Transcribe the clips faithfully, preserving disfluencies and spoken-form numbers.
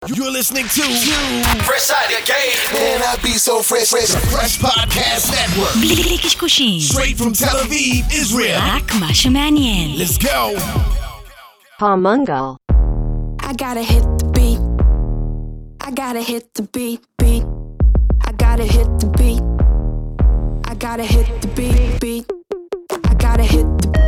You're listening to Fresh Out of Game. Man, I be so fresh, fresh, fresh podcast network. בלי קשקושים. Straight from Tel Aviv, Israel. רק מה שמעניין. Let's go. Palmungal. I gotta hit the beat. I gotta hit the beat, beat. I gotta hit the beat. I gotta hit the beat, beat. I gotta hit the beat.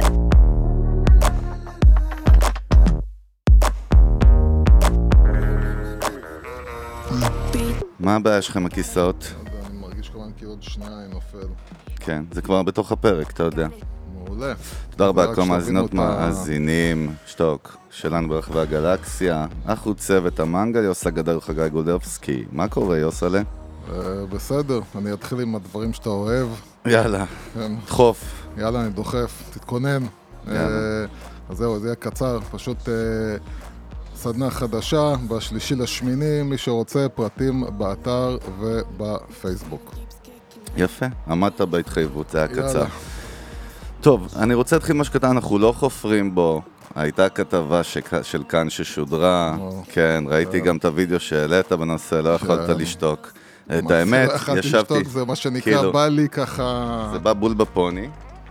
מה הבעיה שלכם הכיסאות? אני מרגיש כמובן כאילו עוד שנייה אני נופל. כן, זה כבר בתוך הפרק, אתה יודע. מעולה. תודה רבה לכל מאזינות מאזינים, שטוק, שלנו ברחבי הגלקסיה, אחו צוות המנגל, יוסה גדר חגי גולדובסקי. מה קורה, יוסלה? בסדר, אני אתחיל עם הדברים שאתה אוהב. יאללה, דחוף. יאללה, אני דוחף, תתכונן. אז זהו, זה יהיה קצר, פשוט סדנה חדשה, בשלישי לשמיני, מי שרוצה, פרטים באתר ובפייסבוק. יפה, עמדת בהתחייבות, זה היה קצר. טוב, אני רוצה להתחיל מה שקטן, אנחנו לא חופרים בו. הייתה כתבה של כאן ששודרה, כן, ראיתי גם את הוידאו שהעלית בנושא, לא יכולת לשתוק. את האמת, ישבתי, זה מה שנקרא, בא לי ככה... זה בא בול בפוני.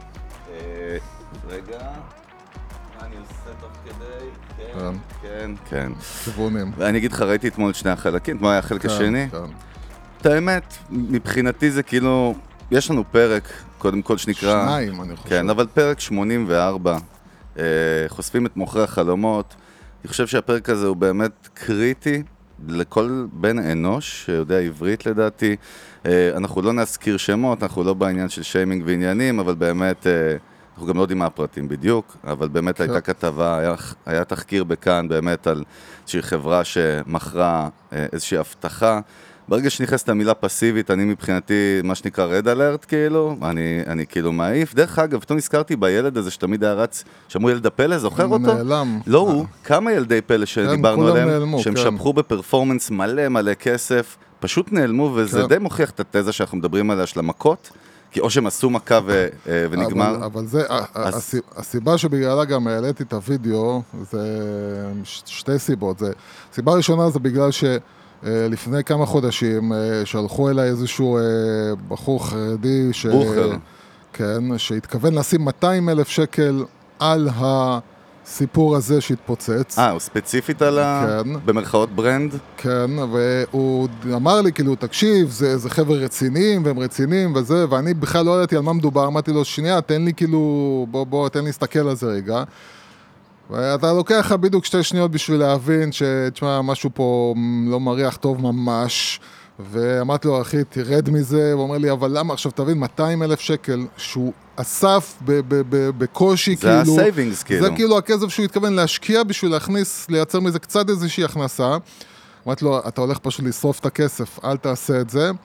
רגע, אני עושה תוך כדי, כן, כן, כן. כיוונים. ואני אגיד לך, ראיתי אתמול את שני החלקים, מה היה החלק השני? את האמת, מבחינתי זה כאילו, יש לנו פרק, קודם כל שנקרא... שניים, אני חושב. כן, אבל פרק שמונים וארבע, חושפים את מוכרי החלומות. אני חושב שהפרק הזה הוא באמת קריטי לכל בן אנוש, שיודע עברית לדעתי. אנחנו לא נזכיר שמות, אנחנו לא בעניין של שיימינג ועניינים, אבל באמת, אנחנו גם לא יודעים מה הפרטים בדיוק, אבל באמת הייתה כתבה, היה, היה תחקיר בכאן באמת על איזושהי חברה שמכרה איזושהי הבטחה. ברגע שנכנסת המילה פסיבית, אני מבחינתי, מה שנקרא רד אלרט, כאילו, אני, אני כאילו מעיף. דרך אגב, פתאום נזכרתי בילד הזה שתמיד היה רץ, שאמרו ילד הפלא, זוכר אותו? הוא נעלם. לא הוא, כמה ילדי פלא שדיברנו עליהם, נעלמו, שהם כן. שפכו בפרפורמנס מלא מלא כסף, פשוט נעלמו, וזה כן. די מוכיח את התזה שאנחנו מדברים עליה של המכות, כי או שהם עשו מכה ו, ונגמר. אבל, אבל זה, אז... הסיבה שבגללה גם העליתי את הוידאו, זה שתי סיבות. זה, סיבה ראשונה זה בגלל ש... לפני כמה חודשים שלחו אליי איזשהו בחור חרדי ש... בוחר. כן, שהתכוון לשים מאתיים אלף שקל על הסיפור הזה שהתפוצץ. אה, הוא ספציפית על ה... כן. במרכאות ברנד? כן, והוא אמר לי, כאילו, תקשיב, זה, זה חבר'ה רציניים והם רציניים וזה, ואני בכלל לא ידעתי על מה מדובר, אמרתי לו, שנייה, תן לי כאילו, בוא, בוא, תן לי להסתכל על זה רגע. ואתה לוקח לך בדיוק שתי שניות בשביל להבין שתשמע, משהו פה לא מריח טוב ממש, ואמרתי לו, אחי, תרד מזה, הוא אומר לי, אבל למה? עכשיו תבין, מאתיים אלף שקל שהוא אסף בקושי, זה הסייבינגס, כאילו. זה כאילו הכסף שהוא התכוון להשקיע בשביל להכניס, לייצר מזה קצת איזושהי הכנסה. אמרתי לו, אתה הולך פשוט לשרוף את הכסף, אל תעשה את זה.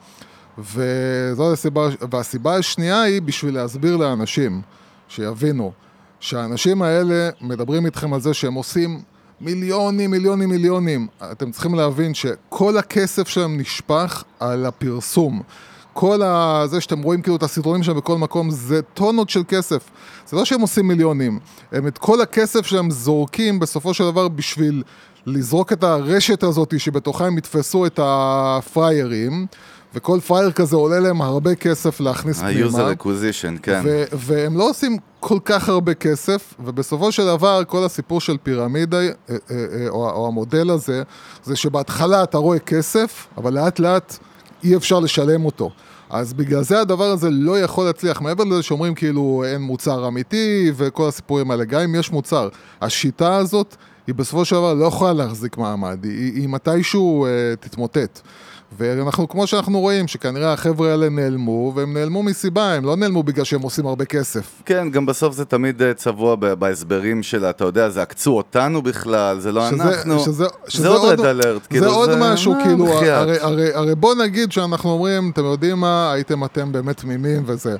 וזאת הסיבה, והסיבה השנייה היא בשביל להסביר לאנשים, שיבינו, שהאנשים האלה מדברים איתכם על זה שהם עושים מיליונים, מיליונים, מיליונים. אתם צריכים להבין שכל הכסף שלהם נשפך על הפרסום. כל זה שאתם רואים כאילו את הסרטונים שלהם בכל מקום, זה טונות של כסף. זה לא שהם עושים מיליונים. הם את כל הכסף שלהם זורקים בסופו של דבר בשביל לזרוק את הרשת הזאת שבתוכה הם יתפסו את הפריירים. וכל פרייר כזה עולה להם הרבה כסף להכניס פנימה. ה-user acquisition, כן. ו- והם לא עושים כל כך הרבה כסף, ובסופו של דבר כל הסיפור של פירמידה, או, או המודל הזה, זה שבהתחלה אתה רואה כסף, אבל לאט לאט אי אפשר לשלם אותו. אז בגלל זה הדבר הזה לא יכול להצליח. מעבר לזה שאומרים כאילו אין מוצר אמיתי, וכל הסיפורים האלה, גם אם יש מוצר. השיטה הזאת, היא בסופו של דבר לא יכולה להחזיק מעמד, היא, היא מתישהו אה, תתמוטט. ואנחנו, כמו שאנחנו רואים, שכנראה החבר'ה האלה נעלמו, והם נעלמו מסיבה, הם לא נעלמו בגלל שהם עושים הרבה כסף. כן, גם בסוף זה תמיד צבוע בהסברים שלה, אתה יודע, זה עקצו אותנו בכלל, זה לא שזה, אנחנו, שזה, שזה זה עוד רד אלרט. זה כאילו עוד זה, משהו, מה, כאילו, הרי, הרי, הרי, הרי בוא נגיד שאנחנו אומרים, אתם יודעים מה, הייתם אתם באמת תמימים וזה.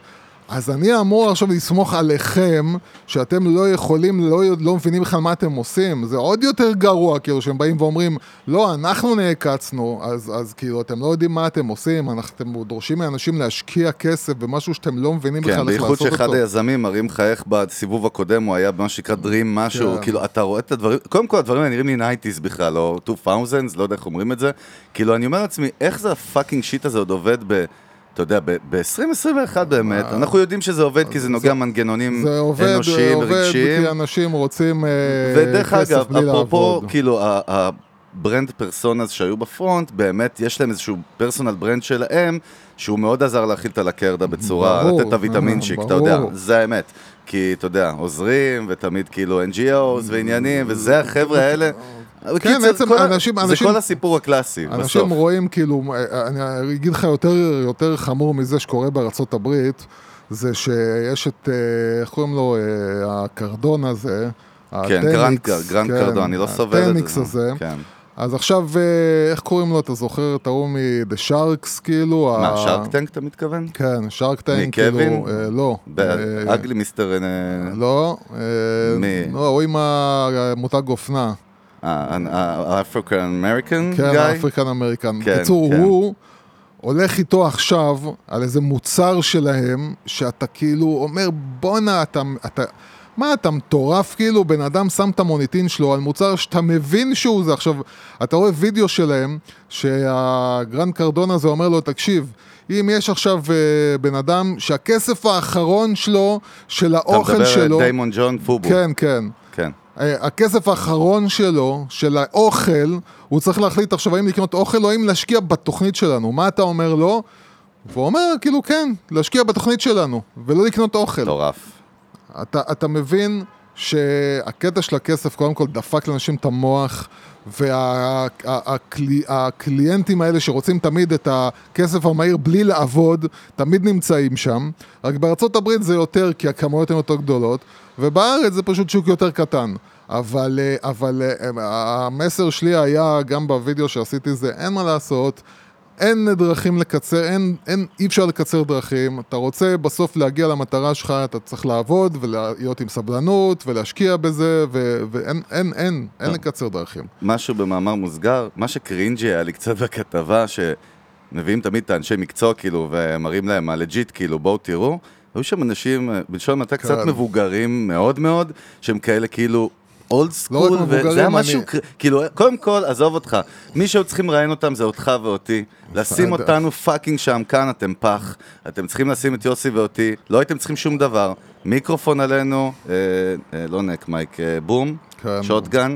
אז אני אמור עכשיו לסמוך עליכם, שאתם לא יכולים, לא, לא מבינים בכלל מה אתם עושים, זה עוד יותר גרוע, כאילו, שהם באים ואומרים, לא, אנחנו נעקצנו, אז, אז כאילו, אתם לא יודעים מה אתם עושים, אנחנו, אתם דורשים מאנשים להשקיע כסף במשהו שאתם לא מבינים בכלל איך לעשות אותו. כן, בייחוד שאחד היזמים מראים לך איך בסיבוב הקודם, הוא היה במה שנקרא Dream משהו, כן. כאילו, אתה רואה את הדברים, קודם כל, הדברים האלה נראים לי ניינטיז בכלל, או אלפיים, לא יודע איך אומרים את זה, כאילו, אני אומר לעצמי, איך זה הפאקינג שיט הזה עוד עובד ב... אתה יודע, ב-עשרים עשרים ואחת באמת, אנחנו יודעים שזה עובד כי זה נוגע מנגנונים אנושיים ורגשיים. זה עובד כי אנשים רוצים ודרך כסף אגב, בלי לעבוד. אפרופו, כאילו, הברנד פרסונס שהיו בפרונט, באמת יש להם איזשהו פרסונל ברנד שלהם, שהוא מאוד עזר להכיל את הלקרדה בצורה, לתת את הוויטמינצ'יק, אתה יודע, זה האמת. כי, אתה יודע, עוזרים, תמיד כאילו אן ג'י או'ס ועניינים, וזה החבר'ה האלה. כן, בעצם אנשים... זה כל הסיפור הקלאסי, בסוף. אנשים רואים כאילו, אני אגיד לך יותר חמור מזה שקורה בארצות הברית, זה שיש את, איך קוראים לו, הקרדון הזה, כן, גרנד קרדון, אני לא סובל את זה. הטניקס הזה. אז עכשיו, איך קוראים לו, אתה זוכר, אתה רואה מ-The Sharks, כאילו... מה, שרק טנק אתה מתכוון? כן, שרק טנק, כאילו... מקווין? לא. אגלי מיסטר... לא. מי? לא, הוא עם המותג אופנה. האפריקן אמריקן גאי? כן, האפריקן אמריקן. בקיצור, הוא הולך איתו עכשיו על איזה מוצר שלהם, שאתה כאילו אומר, בונה, אתה... מה, אתה מטורף כאילו, בן אדם שם את המוניטין שלו על מוצר שאתה מבין שהוא זה. עכשיו, אתה רואה וידאו שלהם, שהגרנד קרדון הזה אומר לו, תקשיב, אם יש עכשיו בן אדם שהכסף האחרון שלו, של האוכל שלו... אתה מדבר דיימון ג'ון פובו. כן, כן. כן. הכסף האחרון שלו, של האוכל, הוא צריך להחליט עכשיו האם לקנות אוכל או האם להשקיע בתוכנית שלנו. מה אתה אומר לו? והוא אומר, כאילו, כן, להשקיע בתוכנית שלנו, ולא לקנות אוכל. טורף. אתה, אתה מבין שהקטע של הכסף קודם כל דפק לאנשים את המוח, והקליינטים האלה שרוצים תמיד את הכסף המהיר בלי לעבוד, תמיד נמצאים שם. רק בארצות הברית זה יותר, כי הכמויות הן יותר גדולות, ובארץ זה פשוט שוק יותר קטן. אבל, אבל המסר שלי היה גם בווידאו שעשיתי זה, אין מה לעשות, אין דרכים לקצר, אין, אין, אי אפשר לקצר דרכים. אתה רוצה בסוף להגיע למטרה שלך, אתה צריך לעבוד ולהיות עם סבלנות ולהשקיע בזה, ו, ואין, אין, אין, אין לקצר דרכים. משהו במאמר מוסגר, מה שקרינג'י היה לי קצת בכתבה, שמביאים תמיד את האנשי מקצוע, כאילו, ומראים להם הלג'יט, כאילו, בואו תראו, היו שם אנשים, בלשון מתי קצת מבוגרים מאוד מאוד, שהם כאלה כאילו, אולד סקול, וזה היה משהו, כאילו, קודם כל, עזוב אותך, מי שהיו צריכים לראיין אותם זה אותך ואותי, לשים אותנו פאקינג שם, כאן אתם פח, אתם צריכים לשים את יוסי ואותי, לא הייתם צריכים שום דבר, מיקרופון עלינו, לא נק מייק, בום, שוטגן,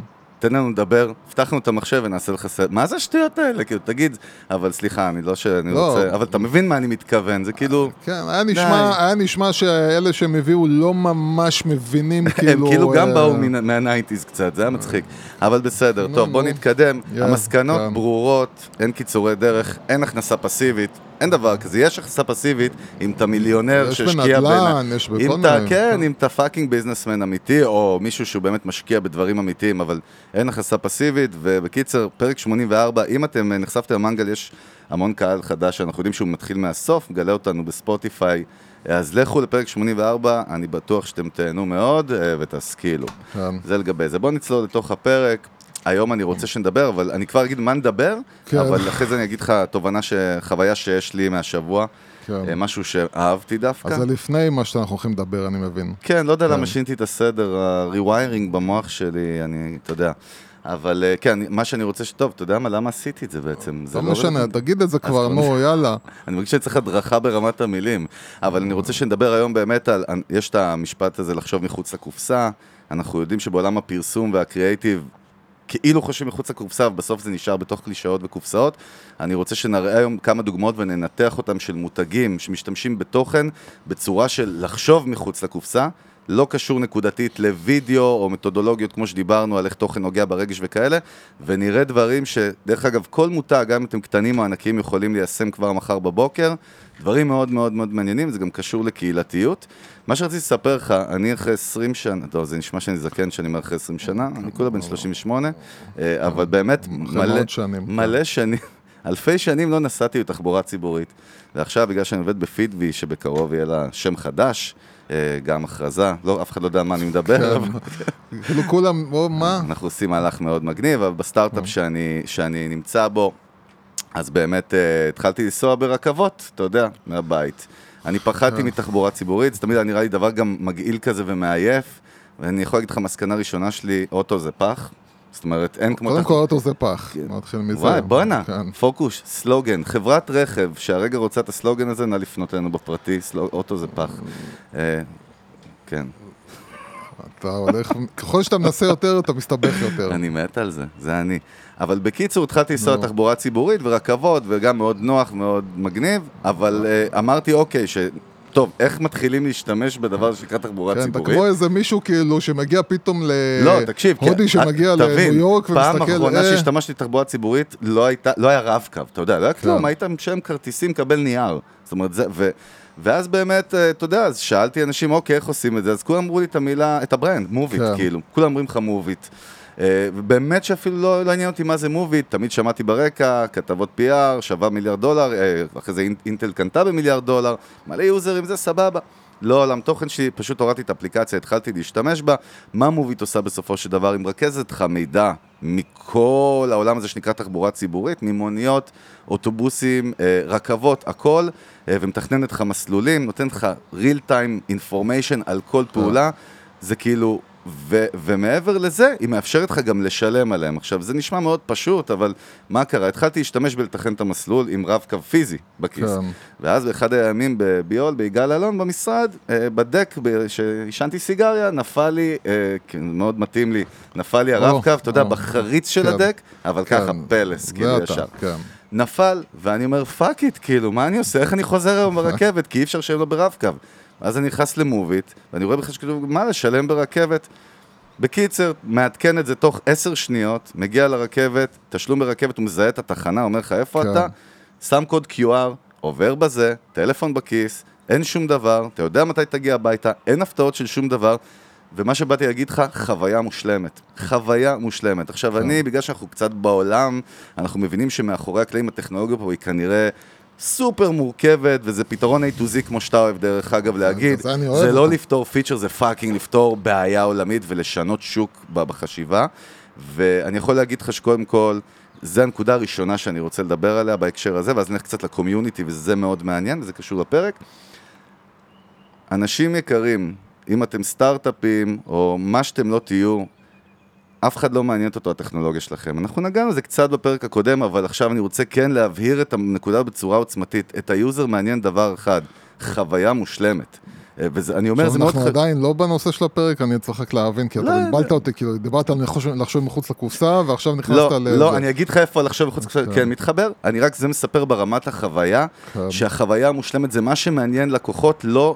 תן לנו לדבר, פתחנו את המחשב ונעשה לך סרט. מה זה השטויות האלה? כאילו, תגיד, אבל סליחה, אני לא שאני רוצה, אבל אתה מבין מה אני מתכוון, זה כאילו... כן, היה נשמע שאלה שהם הביאו לא ממש מבינים, כאילו... הם כאילו גם באו מהניינטיז קצת, זה היה מצחיק. אבל בסדר, טוב, בוא נתקדם. המסקנות ברורות, אין קיצורי דרך, אין הכנסה פסיבית, אין דבר כזה, יש הכנסה פסיבית אם אתה מיליונר שהשקיע בנדל"ן, יש בכל מיני. כן, אם אתה פאקינג ביזנסמן אמיתי, או מישהו שהוא באמת משקיע בדברים אמיתיים, אבל אין הכנסה פסיבית, ובקיצר, פרק שמונים וארבע, אם אתם נחשפתם למנגל, יש המון קהל חדש, אנחנו יודעים שהוא מתחיל מהסוף, גלה אותנו בספוטיפיי, אז לכו לפרק שמונים וארבע, אני בטוח שאתם תהנו מאוד ותשכילו. זה לגבי זה. בואו נצלול לתוך הפרק. היום אני רוצה שנדבר, אבל אני כבר אגיד מה נדבר, כן. אבל אחרי זה אני אגיד לך תובנה, חוויה שיש לי מהשבוע, כן. משהו שאהבתי דווקא. אז זה לפני מה שאנחנו הולכים לדבר, אני מבין. כן, לא יודע כן. למה שינתי את הסדר, ה-rewiring במוח שלי, אני, אתה יודע. אבל כן, מה שאני רוצה שטוב, אתה יודע מה, למה עשיתי את זה בעצם? לא משנה, תגיד את זה כבר, נו, יאללה. אני מרגיש שצריך הדרכה ברמת המילים, אבל אני רוצה שנדבר היום באמת על, יש את המשפט הזה לחשוב מחוץ לקופסה, אנחנו יודעים שבעולם הפרסום והקריאייטיב, כאילו חושבים מחוץ לקופסה, ובסוף זה נשאר בתוך קלישאות וקופסאות. אני רוצה שנראה היום כמה דוגמאות וננתח אותם של מותגים שמשתמשים בתוכן בצורה של לחשוב מחוץ לקופסה, לא קשור נקודתית לוידאו או מתודולוגיות כמו שדיברנו על איך תוכן נוגע ברגש וכאלה, ונראה דברים שדרך אגב כל מותג, גם אם אתם קטנים או ענקים, יכולים ליישם כבר מחר בבוקר, דברים מאוד מאוד מאוד מעניינים, זה גם קשור לקהילתיות. מה שרציתי לספר לך, אני אחרי עשרים שנה, טוב, זה נשמע שאני זקן שאני אומר אחרי עשרים שנה, אני כולה בן שלושים ושמונה, אבל באמת מלא, מלא שנים, אלפי שנים לא נסעתי בתחבורה ציבורית. ועכשיו, בגלל שאני עובד בפידבי, שבקרוב יהיה לה שם חדש, גם הכרזה, לא, אף אחד לא יודע מה אני מדבר. כאילו כולם, מה? אנחנו עושים מהלך מאוד מגניב, אבל בסטארט-אפ שאני, שאני נמצא בו, אז באמת התחלתי לנסוע ברכבות, אתה יודע, מהבית. אני פחדתי מתחבורה ציבורית, זה תמיד נראה לי דבר גם מגעיל כזה ומעייף, ואני יכול להגיד לך, מסקנה ראשונה שלי, אוטו זה פח. זאת אומרת, אין כמו... קודם כל אוטו זה פח, נתחיל מזה. וואי, בוא'נה, פוקוש, סלוגן, חברת רכב, שהרגע רוצה את הסלוגן הזה, נא לפנות לנו בפרטי, אוטו זה פח. כן. אתה הולך, ככל שאתה מנסה יותר, אתה מסתבך יותר. אני מת על זה, זה אני. אבל בקיצור, התחלתי לנסוע תחבורה ציבורית ורכבות, וגם מאוד נוח, מאוד מגניב, אבל אמרתי, אוקיי, ש... טוב, איך מתחילים להשתמש בדבר שנקרא תחבורה ציבורית? כן, אתה כמו איזה מישהו כאילו שמגיע פתאום ל... לא, תקשיב, הודי שמגיע לניו יורק ומסתכל... פעם האחרונה שהשתמשתי בתחבורה ציבורית לא היה רב-קו, אתה יודע, לא היה כלום, היית משלם כרטיסים, קבל נייר. זאת אומרת, זה... ואז באמת, אתה יודע, אז שאלתי אנשים, אוקיי, איך עושים את זה? אז כולם אמרו לי את המילה, את הברנד, מוביט, כאילו. כולם אומרים לך מוביט. ובאמת שאפילו לא, לא עניין אותי מה זה מוביט, תמיד שמעתי ברקע, כתבות פי אר, שווה מיליארד דולר, אחרי זה אינטל קנתה במיליארד דולר, מלא יוזרים, זה סבבה. לא עולם תוכן שלי, פשוט הורדתי את האפליקציה, התחלתי להשתמש בה. מה מוביט עושה בסופו של דבר? היא מרכזת לך מידע מכל העולם הזה שנקרא תחבורה ציבורית, ממוניות, אוטובוסים, רכבות, הכל, ומתכננת לך מסלולים, נותנת לך real time information על כל פעולה, זה כאילו... ו- ומעבר לזה, היא מאפשרת לך גם לשלם עליהם. עכשיו, זה נשמע מאוד פשוט, אבל מה קרה? התחלתי להשתמש בלתכן את המסלול עם רב-קו פיזי בכיס. כן. ואז באחד הימים בביול, ביגאל אלון במשרד, בדק, שהשנתי סיגריה, נפל לי, מאוד מתאים לי, נפל לי הרב-קו, אתה יודע, בחריץ של הדק, אבל ככה פלס, כאילו ישר. נפל, ואני אומר, פאק איט, כאילו, מה אני עושה? איך אני חוזר היום ברכבת? כי אי אפשר שיהיה לו ברב-קו. אז אני נכנס למוביט, ואני רואה בכלל שכתוב, מה לשלם ברכבת? בקיצר, מעדכן את זה תוך עשר שניות, מגיע לרכבת, תשלום ברכבת, הוא מזהה את התחנה, אומר לך, איפה אתה? שם קוד קיו אר, עובר בזה, טלפון בכיס, אין שום דבר, אתה יודע מתי תגיע הביתה, אין הפתעות של שום דבר, ומה שבאתי להגיד לך, חוויה מושלמת. חוויה מושלמת. עכשיו, אני, בגלל שאנחנו קצת בעולם, אנחנו מבינים שמאחורי הקלעים הטכנולוגיה פה היא כנראה סופר מורכבת, וזה פתרון A to Z, כמו שאתה אוהב דרך אגב להגיד. זה לא לפתור פיצ'ר, זה פאקינג לפתור בעיה עולמית ולשנות שוק בחשיבה. ואני יכול להגיד לך שקודם כל, זה הנקודה הראשונה שאני רוצה לדבר עליה בהקשר הזה, ואז נלך קצת לקומיוניטי, וזה מאוד מעניין, וזה קשור לפרק. אנשים יקרים, אם אתם סטארט-אפים, או מה שאתם לא תהיו, אף אחד לא מעניינת אותו הטכנולוגיה שלכם. אנחנו נגענו על זה קצת בפרק הקודם, אבל עכשיו אני רוצה כן להבהיר את הנקודה בצורה עוצמתית. את היוזר מעניין דבר אחד, חוויה מושלמת. ואני אומר, זה מאוד... אנחנו עדיין לא בנושא של הפרק, אני צריך רק להבין, כי אתה דיברת אותי, כאילו, דיברת על לחשוב מחוץ לקופסה, ועכשיו נכנסת ל... לא, אני אגיד לך איפה לחשוב מחוץ לקופסה, כן, מתחבר. אני רק זה מספר ברמת החוויה, שהחוויה המושלמת זה מה שמעניין לקוחות, לא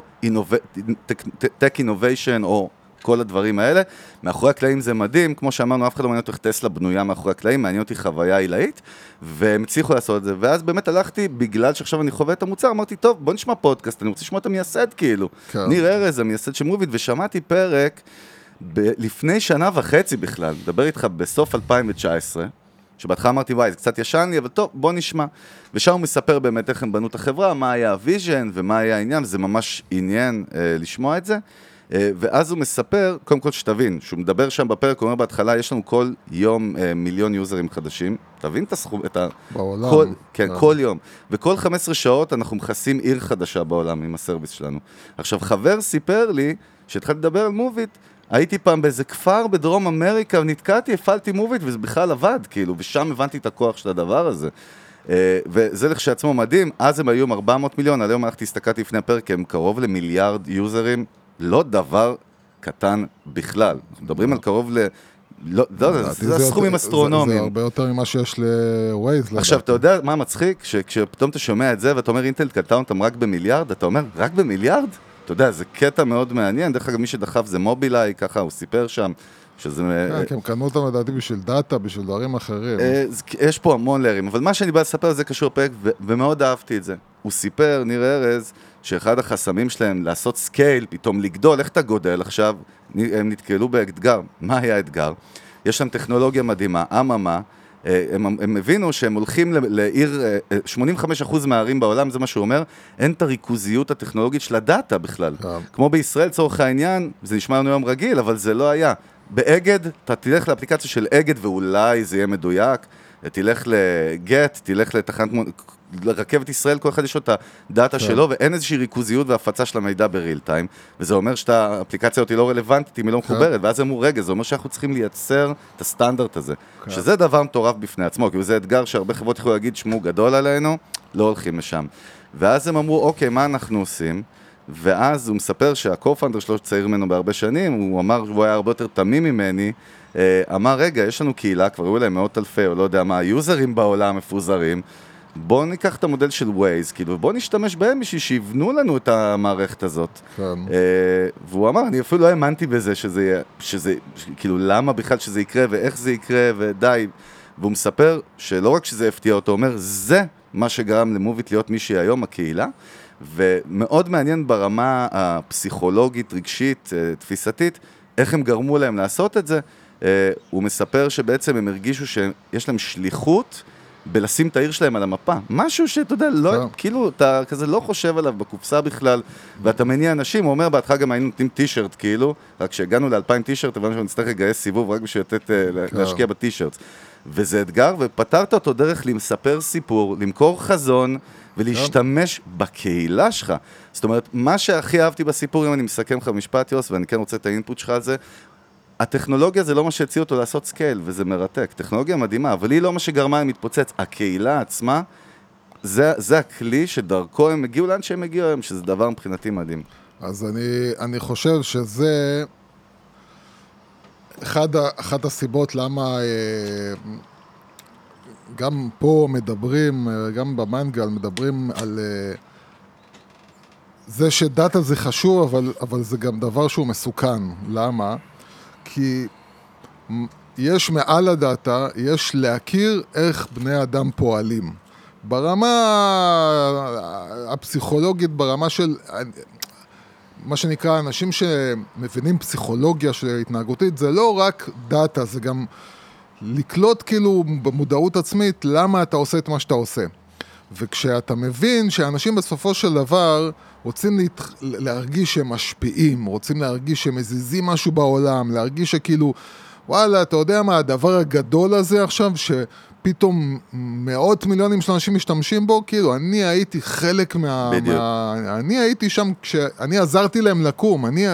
tech innovation או כל הדברים האלה. מאחורי הקלעים זה מדהים, כמו שאמרנו, אף אחד לא מעניין אותי איך טסלה בנויה מאחורי הקלעים, מעניין אותי חוויה עילאית, והם הצליחו לעשות את זה, ואז באמת הלכתי, בגלל שעכשיו אני חווה את המוצר, אמרתי, טוב, בוא נשמע פודקאסט, אני רוצה לשמוע את המייסד כאילו. כן. ניר ארז, המייסד של מוביט, ושמעתי פרק ב- לפני שנה וחצי בכלל, מדבר איתך בסוף אלפיים תשע עשרה, שבהתחלה אמרתי, וואי, זה קצת ישן לי, אבל טוב, בוא נשמע. ושם הוא מספר באמת איך הם בנו את החברה, מה היה הוויז'ן ומה היה העניין, זה ממש עניין אה, לשמוע את זה. ואז הוא מספר, קודם כל שתבין, שהוא מדבר שם בפרק, הוא אומר בהתחלה, יש לנו כל יום מיליון יוזרים חדשים, תבין את הסכום, את ה... בעולם. כל, כן, כל יום. וכל חמש עשרה שעות אנחנו מכסים עיר חדשה בעולם עם הסרוויס שלנו. עכשיו, חבר סיפר לי, שהתחלתי לדבר על מוביט, הייתי פעם באיזה כפר בדרום אמריקה, ונתקעתי, הפעלתי מוביט, וזה בכלל עבד, כאילו, ושם הבנתי את הכוח של הדבר הזה. וזה לכשעצמו מדהים, אז הם היו ארבע מאות מיליון, על היום הלכתי, הסתכלתי לפני הפרק, הם קרוב למיליארד יוזרים, לא דבר קטן בכלל. אנחנו מדברים על קרוב ל... לא, זה סכומים אסטרונומיים. זה הרבה יותר ממה שיש לווייז. עכשיו, אתה יודע מה מצחיק? כשפתאום אתה שומע את זה, ואתה אומר, אינטל קנתה אותם רק במיליארד, אתה אומר, רק במיליארד? אתה יודע, זה קטע מאוד מעניין. דרך אגב, מי שדחף זה מובילאיי, ככה הוא סיפר שם. כן, כי הם קנו אותם לדעתי בשביל דאטה, בשביל דברים אחרים. יש פה המון לרים, אבל מה שאני בא לספר זה קשור לפרק, ומאוד אהבתי את זה. הוא סיפר, ניר ארז, שאחד החסמים שלהם לעשות סקייל, פתאום לגדול, איך אתה גודל עכשיו, הם נתקלו באתגר. מה היה האתגר? יש להם טכנולוגיה מדהימה, אממה, הם, הם הבינו שהם הולכים לעיר, שמונים וחמישה אחוז מהערים בעולם, זה מה שהוא אומר, אין את הריכוזיות הטכנולוגית של הדאטה בכלל. כמו בישראל, צורך העניין, זה נשמע לנו יום רגיל, אבל זה לא היה. באגד, אתה תלך לאפליקציה של אגד, ואולי זה יהיה מדויק, תלך לגט, תלך לתחנת, לרכבת ישראל, כל אחד יש לו את הדאטה שלו, ואין איזושהי ריכוזיות והפצה של המידע בריל טיים, וזה אומר שהאפליקציה אותי לא רלוונטית, אם היא לא מחוברת, ואז אמרו, רגע, זה אומר שאנחנו צריכים לייצר את הסטנדרט הזה, שזה דבר מטורף בפני עצמו, כי זה אתגר שהרבה חברות יכולו להגיד, שמו גדול עלינו, לא הולכים לשם. ואז הם אמרו, אוקיי, מה אנחנו עושים? ואז הוא מספר שהקו-פאונדר שלו צעיר ממנו בהרבה שנים, הוא אמר, הוא היה הרבה יותר תמים ממני, אמר, רגע, יש לנו קהילה, כבר היו להם מאות אלפי, או לא יודע מה, יוזרים בעולם מפוזרים, בואו ניקח את המודל של ווייז, כאילו, בואו נשתמש בהם בשביל שיבנו לנו את המערכת הזאת. כן. והוא אמר, אני אפילו לא האמנתי בזה, שזה, שזה, כאילו, למה בכלל שזה יקרה, ואיך זה יקרה, ודי. והוא מספר שלא רק שזה הפתיע אותו, הוא אומר, זה מה שגרם למוביט להיות מישהי היום, הקהילה, ומאוד מעניין ברמה הפסיכולוגית, רגשית, תפיסתית, איך הם גרמו להם לעשות את זה. הוא מספר שבעצם הם הרגישו שיש להם שליחות, בלשים את העיר שלהם על המפה. משהו שאתה יודע, לא, כאילו, אתה כזה לא חושב עליו בקופסה בכלל, ואתה מניע אנשים, הוא אומר, בהתחלה גם היינו נותנים טישרט, כאילו, רק כשהגענו לאלפיים טישרט, הבנו שנצטרך לגייס סיבוב רק בשביל לתת, להשקיע בטישרט. וזה אתגר, ופתרת אותו דרך למספר סיפור, למכור חזון, ולהשתמש בקהילה שלך. זאת אומרת, מה שהכי אהבתי בסיפור, אם אני מסכם לך במשפט, יוס, ואני כן רוצה את האינפוט שלך על זה, הטכנולוגיה זה לא מה שהציע אותו לעשות סקייל, וזה מרתק. טכנולוגיה מדהימה, אבל היא לא מה שגרמה הם מתפוצץ. הקהילה עצמה, זה, זה הכלי שדרכו הם הגיעו לאן שהם הגיעו היום, שזה דבר מבחינתי מדהים. אז אני, אני חושב שזה אחד, אחת הסיבות למה גם פה מדברים, גם במנגל מדברים על זה שדאטה זה חשוב, אבל, אבל זה גם דבר שהוא מסוכן. למה? כי יש מעל הדאטה, יש להכיר איך בני אדם פועלים. ברמה הפסיכולוגית, ברמה של, מה שנקרא, אנשים שמבינים פסיכולוגיה של התנהגותית, זה לא רק דאטה, זה גם לקלוט כאילו במודעות עצמית, למה אתה עושה את מה שאתה עושה. וכשאתה מבין שאנשים בסופו של דבר רוצים להת... להרגיש שהם משפיעים, רוצים להרגיש שהם מזיזים משהו בעולם, להרגיש שכאילו, וואלה, אתה יודע מה, הדבר הגדול הזה עכשיו, שפתאום מאות מיליונים של אנשים משתמשים בו, כאילו, אני הייתי חלק מה... מה... אני הייתי שם, כשאני עזרתי להם לקום, אני...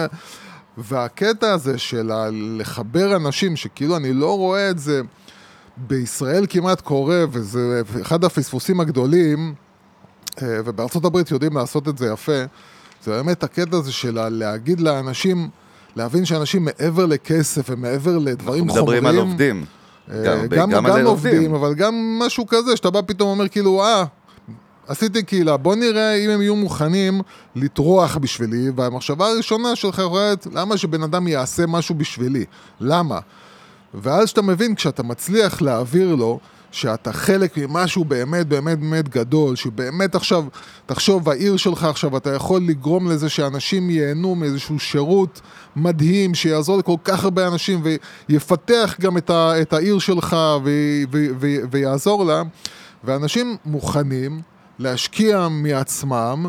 והקטע הזה של לחבר אנשים, שכאילו אני לא רואה את זה, בישראל כמעט קורה, וזה אחד הפספוסים הגדולים, ובארצות הברית יודעים לעשות את זה יפה, זה באמת הקטע הזה של להגיד לאנשים, להבין שאנשים מעבר לכסף ומעבר לדברים חומרים. מדברים על עובדים. גם, גם, גם, גם עובדים, אבל גם משהו כזה, שאתה בא פתאום אומר כאילו, אה, עשיתי קהילה, בוא נראה אם הם יהיו מוכנים לטרוח בשבילי, והמחשבה הראשונה שלך אומרת, למה שבן אדם יעשה משהו בשבילי? למה? ואז שאתה מבין, כשאתה מצליח להעביר לו, שאתה חלק ממשהו באמת באמת באמת גדול, שבאמת עכשיו, תחשוב, העיר שלך עכשיו, אתה יכול לגרום לזה שאנשים ייהנו מאיזשהו שירות מדהים, שיעזור לכל כך הרבה אנשים, ויפתח גם את, ה, את העיר שלך, ו, ו, ו, ויעזור לה, ואנשים מוכנים להשקיע מעצמם,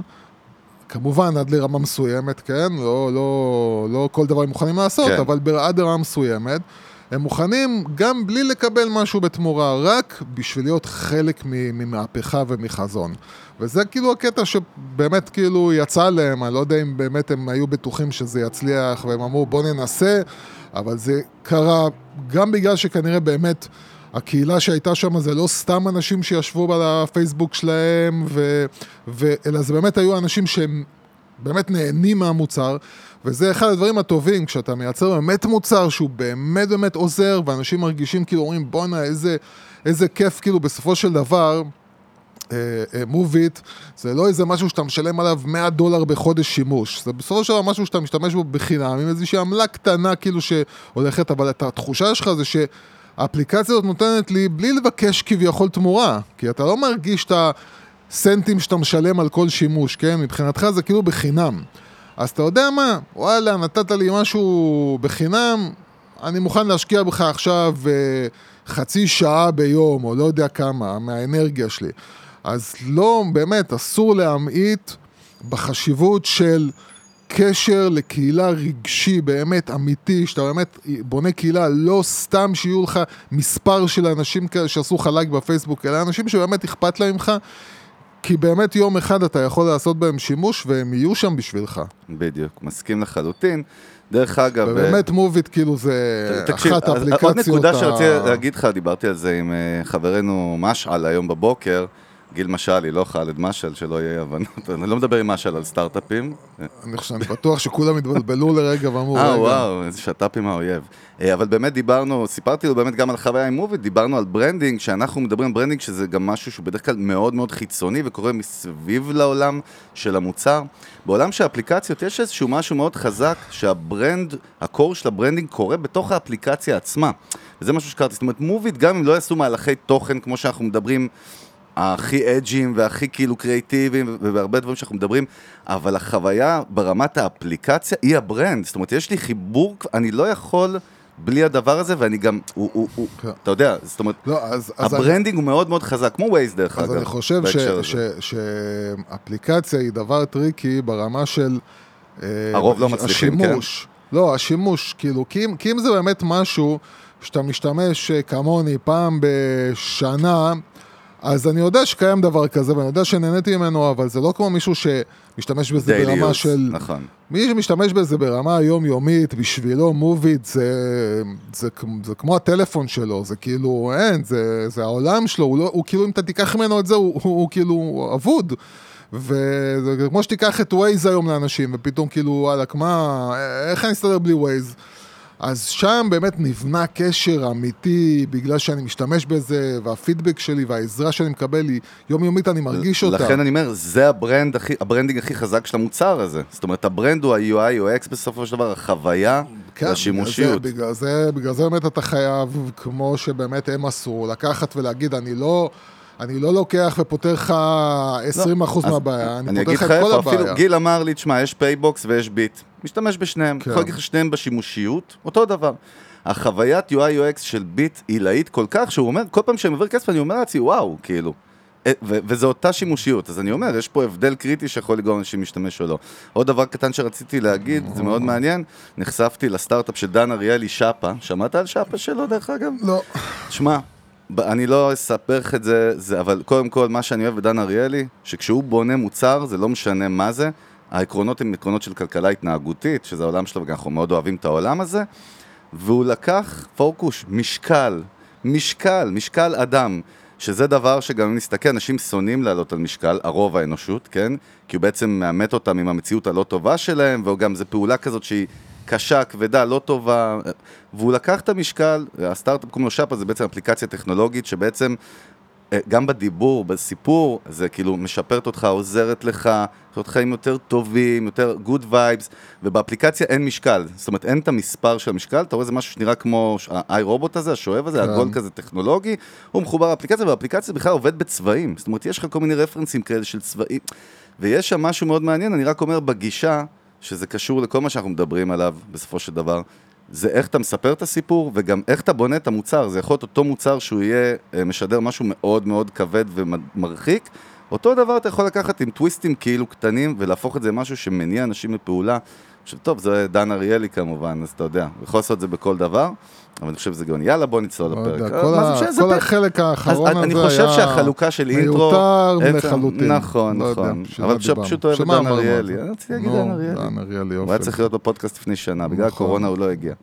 כמובן עד לרמה מסוימת, כן? לא, לא, לא כל דבר הם מוכנים לעשות, כן. אבל עד לרמה מסוימת, הם מוכנים גם בלי לקבל משהו בתמורה, רק בשביל להיות חלק ממהפכה ומחזון. וזה כאילו הקטע שבאמת כאילו יצא להם, אני לא יודע אם באמת הם היו בטוחים שזה יצליח, והם אמרו בוא ננסה, אבל זה קרה גם בגלל שכנראה באמת הקהילה שהייתה שם זה לא סתם אנשים שישבו בפייסבוק שלהם, ו, ו, אלא זה באמת היו אנשים שהם באמת נהנים מהמוצר, וזה אחד הדברים הטובים, כשאתה מייצר באמת מוצר שהוא באמת באמת עוזר, ואנשים מרגישים כאילו אומרים, בונה, איזה, איזה כיף, כאילו בסופו של דבר, מוביט, זה לא איזה משהו שאתה משלם עליו מאה דולר בחודש שימוש, זה בסופו של דבר משהו שאתה משתמש בו בחינם, עם איזושהי עמלה קטנה כאילו שהולכת, אבל את התחושה שלך זה שהאפליקציה הזאת נותנת לי בלי לבקש כביכול תמורה, כי אתה לא מרגיש את הסנטים שאתה משלם על כל שימוש, כן? מבחינתך זה כאילו בחינם. אז אתה יודע מה? וואלה, נתת לי משהו בחינם, אני מוכן להשקיע בך עכשיו חצי שעה ביום, או לא יודע כמה, מהאנרגיה שלי. אז לא, באמת, אסור להמעיט בחשיבות של קשר לקהילה רגשי, באמת אמיתי, שאתה באמת בונה קהילה, לא סתם שיהיו לך מספר של אנשים שעשו לך לייק בפייסבוק, אלא אנשים שבאמת אכפת להם ממך, כי באמת יום אחד אתה יכול לעשות בהם שימוש, והם יהיו שם בשבילך. בדיוק, מסכים לחלוטין. דרך אגב... ובאמת מוביט, כאילו זה תקשיב, אחת האפליקציות... עוד נקודה שרציתי להגיד לך, דיברתי על זה עם חברנו משעל היום בבוקר, גיל משעלי, לא חלד משעל, שלא יהיה הבנות. אני לא מדבר עם משעל על סטארט-אפים. אני חושב, אני בטוח שכולם התבלבלו לרגע ואמרו רגע. אה, וואו, איזה שטאפ עם האויב. אבל באמת דיברנו, סיפרתי לו באמת גם על חוויה עם מוביט, דיברנו על ברנדינג, שאנחנו מדברים על ברנדינג, שזה גם משהו שהוא בדרך כלל מאוד מאוד חיצוני, וקורה מסביב לעולם של המוצר. בעולם של האפליקציות יש איזשהו משהו מאוד חזק, שהברנד, הקור של הברנדינג קורה בתוך האפליקציה עצמה. וזה משהו שקראתי, זאת אומרת, מוביט, גם אם לא יעשו מהלכי תוכן, כמו שאנחנו מדברים, הכי אג'ים והכי כאילו קריאטיביים ובהרבה דברים שאנחנו מדברים, אבל החוויה ברמת האפליקציה היא הברנד. זאת אומרת, יש לי חיבור, אני לא יכול בלי הדבר הזה, ואני גם, הוא, הוא, הוא, אתה יודע, זאת אומרת, לא, אז, אז הברנדינג אני, הוא מאוד מאוד חזק, כמו ווייז דרך אז אגב. אני חושב שאפליקציה היא דבר טריקי ברמה של הרוב לא מצליחים, השימוש. כן? לא, השימוש, כאילו, כי אם, כי אם זה באמת משהו שאתה משתמש כמוני פעם בשנה, אז אני יודע שקיים דבר כזה, ואני יודע שנהניתי ממנו, אבל זה לא כמו מישהו שמשתמש בזה ברמה use, של... נכון. מי שמשתמש בזה ברמה היומיומית, בשבילו מוביט, זה, זה, זה כמו הטלפון שלו, זה כאילו, אין, זה, זה העולם שלו, הוא, לא, הוא כאילו, אם אתה תיקח ממנו את זה, הוא, הוא, הוא כאילו אבוד. וזה כמו שתיקח את ווייז היום לאנשים, ופתאום כאילו, וואלה, מה, איך אני אסתדר בלי ווייז? אז שם באמת נבנה קשר אמיתי, בגלל שאני משתמש בזה, והפידבק שלי והעזרה שאני מקבל היא יומיומית, אני מרגיש אותה. לכן אני אומר, זה הברנד הכי, הברנדינג הכי חזק של המוצר הזה. זאת אומרת, הברנד הוא ה-יו איי, יו אקס בסופו של דבר, החוויה והשימושיות. בגלל זה, בגלל זה באמת אתה חייב, כמו שבאמת הם עשו, לקחת ולהגיד, אני לא... אני לא לוקח ופותר לך עשרים אחוז מהבעיה, אני פותר לך את כל הבעיה. אפילו גיל אמר לי, תשמע, יש פייבוקס ויש ביט. משתמש בשניהם. יכול להגיד לך שניהם בשימושיות, אותו דבר. החוויית יו איי יו אקס של ביט היא להיט כל כך, שהוא אומר, כל פעם שאני מעביר כסף, אני אומר לעצמי, וואו, כאילו. וזו אותה שימושיות. אז אני אומר, יש פה הבדל קריטי שיכול לגרום אנשים להשתמש או לא. עוד דבר קטן שרציתי להגיד, זה מאוד מעניין, נחשפתי לסטארט-אפ של דן אריאלי, שפה. שמעת על שפה שלו, דרך אגב? לא. תשמע, אני לא אספר לך את זה, זה, אבל קודם כל מה שאני אוהב בדן אריאלי, שכשהוא בונה מוצר, זה לא משנה מה זה, העקרונות הם עקרונות של כלכלה התנהגותית, שזה העולם שלו, ואנחנו מאוד אוהבים את העולם הזה, והוא לקח פוקוס, משקל, משקל, משקל אדם, שזה דבר שגם אם נסתכל, אנשים שונאים לעלות על משקל, הרוב האנושות, כן? כי הוא בעצם מאמת אותם עם המציאות הלא טובה שלהם, וגם זו פעולה כזאת שהיא קשה, כבדה, לא טובה, והוא לקח את המשקל, הסטארט-אפ קוראים לו שפה, זה בעצם אפליקציה טכנולוגית שבעצם גם בדיבור, בסיפור, זה כאילו משפרת אותך, עוזרת לך, עושה חיים יותר טובים, יותר good vibes, ובאפליקציה אין משקל, זאת אומרת אין את המספר של המשקל, אתה רואה זה משהו שנראה כמו האי רובוט הזה, השואב הזה, הגול כזה טכנולוגי, הוא מחובר לאפליקציה, והאפליקציה בכלל עובד בצבעים, זאת אומרת יש לך כל מיני רפרנסים כאלה של צבעים, ויש שם משהו מאוד מעניין, אני רק אומר בגישה, שזה קשור לכל מה שאנחנו מדברים עליו בסופו של דבר, זה איך אתה מספר את הסיפור, וגם איך אתה בונה את המוצר. זה יכול להיות אותו מוצר שהוא יהיה משדר משהו מאוד מאוד כבד ומרחיק. אותו דבר אתה יכול לקחת עם טוויסטים כאילו קטנים, ולהפוך את זה משהו שמניע אנשים לפעולה. עכשיו טוב, זה דן אריאלי כמובן, אז אתה יודע, יכול לעשות את זה בכל דבר, אבל אני חושב שזה גאוני. יאללה, בוא נצלול לפרק. כל החלק האחרון הזה היה אני חושב שהחלוקה של אינטרו... מיותר לחלוטין. נכון, נכון. אבל פשוט אוהב את דן אריאלי. אני רציתי להגיד דן אריאלי. הוא היה צריך להיות בפודקאסט לפני שנה, בגלל הקורונה הוא לא הגיע.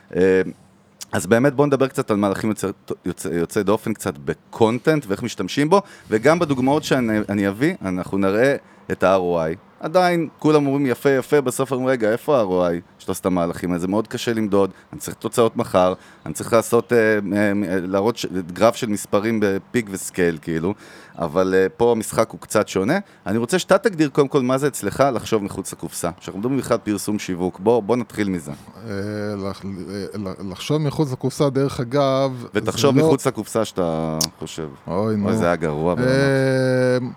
אז באמת בואו נדבר קצת על מהלכים יוצאי דופן, קצת בקונטנט ואיך משתמשים בו, וגם בדוגמאות שאני אביא, אנחנו נראה את ה-אר או איי. עדיין כולם אומרים יפה יפה, בסוף אומרים רגע, איפה ה-אר או איי? שאתה עושה את המהלכים, זה מאוד קשה למדוד, אני צריך תוצאות מחר, אני צריך לעשות, להראות גרף של מספרים בפיק וסקייל כאילו, אבל פה המשחק הוא קצת שונה. אני רוצה שאתה תגדיר קודם כל מה זה אצלך לחשוב מחוץ לקופסה. שאנחנו מדברים בכלל פרסום שיווק, בוא, בוא נתחיל מזה. לחשוב מחוץ לקופסה דרך אגב... ותחשוב מחוץ לקופסה שאתה חושב. אוי נו. זה היה גרוע.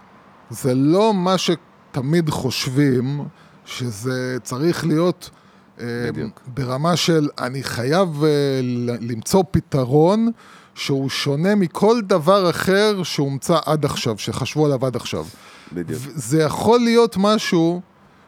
זה לא מה ש... תמיד חושבים שזה צריך להיות בדיוק. ברמה של אני חייב למצוא פתרון שהוא שונה מכל דבר אחר שהומצא עד עכשיו, שחשבו עליו עד עכשיו. בדיוק. זה יכול להיות משהו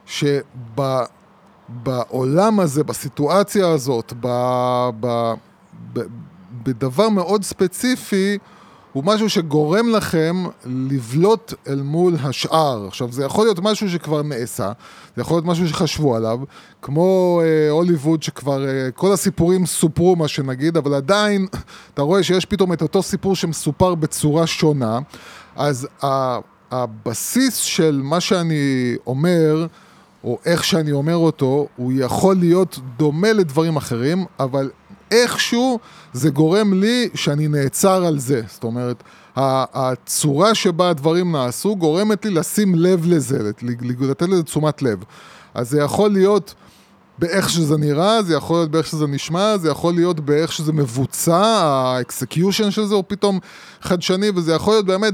שבעולם הזה, בסיטואציה הזאת, ב, ב, ב, בדבר מאוד ספציפי, הוא משהו שגורם לכם לבלוט אל מול השאר. עכשיו, זה יכול להיות משהו שכבר נעשה, זה יכול להיות משהו שחשבו עליו, כמו אה, הוליווד שכבר אה, כל הסיפורים סופרו מה שנגיד, אבל עדיין אתה רואה שיש פתאום את אותו סיפור שמסופר בצורה שונה, אז ה, הבסיס של מה שאני אומר, או איך שאני אומר אותו, הוא יכול להיות דומה לדברים אחרים, אבל איכשהו זה גורם לי שאני נעצר על זה. זאת אומרת, הצורה שבה הדברים נעשו גורמת לי לשים לב לזה, לתת לזה תשומת לב. אז זה יכול להיות באיך שזה נראה, זה יכול להיות באיך שזה נשמע, זה יכול להיות באיך שזה מבוצע, האקסקיושן של זה הוא פתאום חדשני, וזה יכול להיות באמת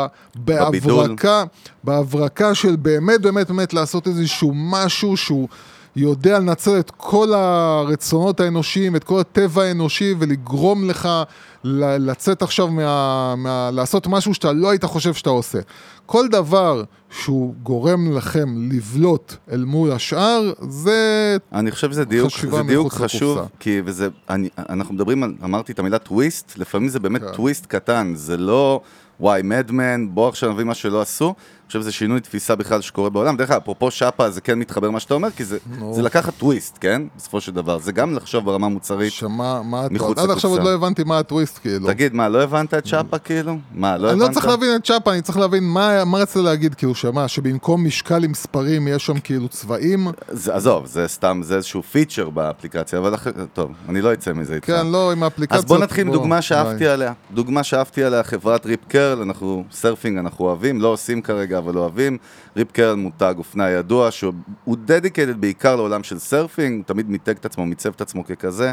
בהברקה, בהברקה של באמת באמת באמת לעשות איזשהו משהו שהוא יודע לנצל את כל הרצונות האנושיים, את כל הטבע האנושי, ולגרום לך לצאת עכשיו מה, מה, לעשות משהו שאתה לא היית חושב שאתה עושה. כל דבר שהוא גורם לכם לבלוט אל מול השאר, זה אני חושב שזה דיוק, זה דיוק חשוב, לקופסה. כי וזה, אני, אנחנו מדברים על, אמרתי את המילה טוויסט, לפעמים זה באמת כן. טוויסט קטן, זה לא, וואי, מדמן, בוא עכשיו נביא מה שלא עשו, אני חושב שזה שינוי תפיסה בכלל שקורה בעולם, דרך כלל, אפרופו שפה, זה כן מתחבר מה שאתה אומר, כי זה, זה לקחת טוויסט, כן? בסופו של דבר, זה גם לחשוב ברמה מוצרית, שמה, מה, מחוץ עד עכשיו עוד לא הבנתי מה הטוויסט, כאילו. תגיד, מה, לא הבנת את שפה, כאילו? מה, לא אני הבנת? לא צריך להבין את שפה, אני צריך להבין מה, מה רצית להגיד, כאילו, שמה, שבמקום משקל עם מספרים, יש שם כאילו צבעים. זה, עזוב, זה סתם, זה איזשהו פיצ'ר באפליקציה, אבל אחרי, טוב, אני לא אצא מזה איתך. כן, לא, עם האפליקציה. אז בוא נתחיל עם דוגמה שאהבתי עליה. דוגמה שאהבתי עליה, חברת ריפ קרל, אנחנו סרפינג, אנחנו אוהבים, לא עושים כרגע, אבל אוהבים. ריפ קרל מותג אופנה ידוע, שהוא דדיקטד בעיקר לעולם של סרפינג, תמיד מיתג את עצמו, מיצב את עצמו ככזה.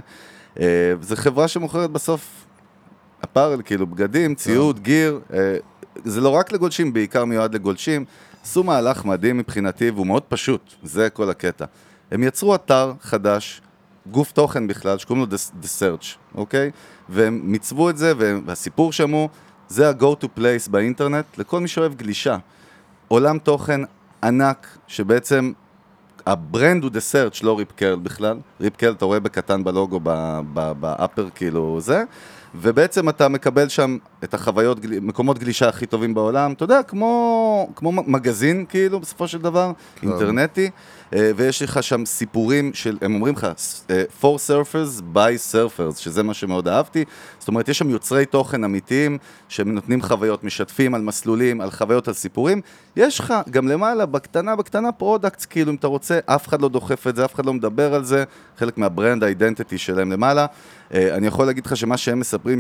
זו חברה שמוכרת בסוף אפרל, כאילו בגדים, ציוד, גיר, זה לא רק לגולשים, בעיקר מיועד לגולשים. עשו מהלך מדהים מבחינתי, והוא מאוד פשוט, זה כל הקטע. הם יצרו אתר חדש, גוף תוכן בכלל, שקוראים לו The Search, אוקיי? והם מיצבו את זה, והסיפור שמו, זה ה-go to place באינטרנט, לכל מי שאוהב גלישה. עולם תוכן ענק, שבעצם הברנד הוא The Search, לא ריפ קרל בכלל. ריפ קרל אתה רואה בקטן בלוגו, באפר כאילו זה, ובעצם אתה מקבל שם את החוויות, מקומות גלישה הכי טובים בעולם, אתה יודע, כמו, כמו מגזין כאילו בסופו של דבר, אינטרנטי, ויש לך שם סיפורים של, הם אומרים לך, for surfers by surfers, שזה מה שמאוד אהבתי, זאת אומרת, יש שם יוצרי תוכן אמיתיים, שנותנים חוויות, משתפים על מסלולים, על חוויות, על סיפורים, יש לך גם למעלה, בקטנה, בקטנה פרודקטס, כאילו אם אתה רוצה, אף אחד לא דוחף את זה, אף אחד לא מדבר על זה, חלק מהברנד האידנטיטי שלהם למעלה, אני יכול להגיד לך שמה שהם מספרים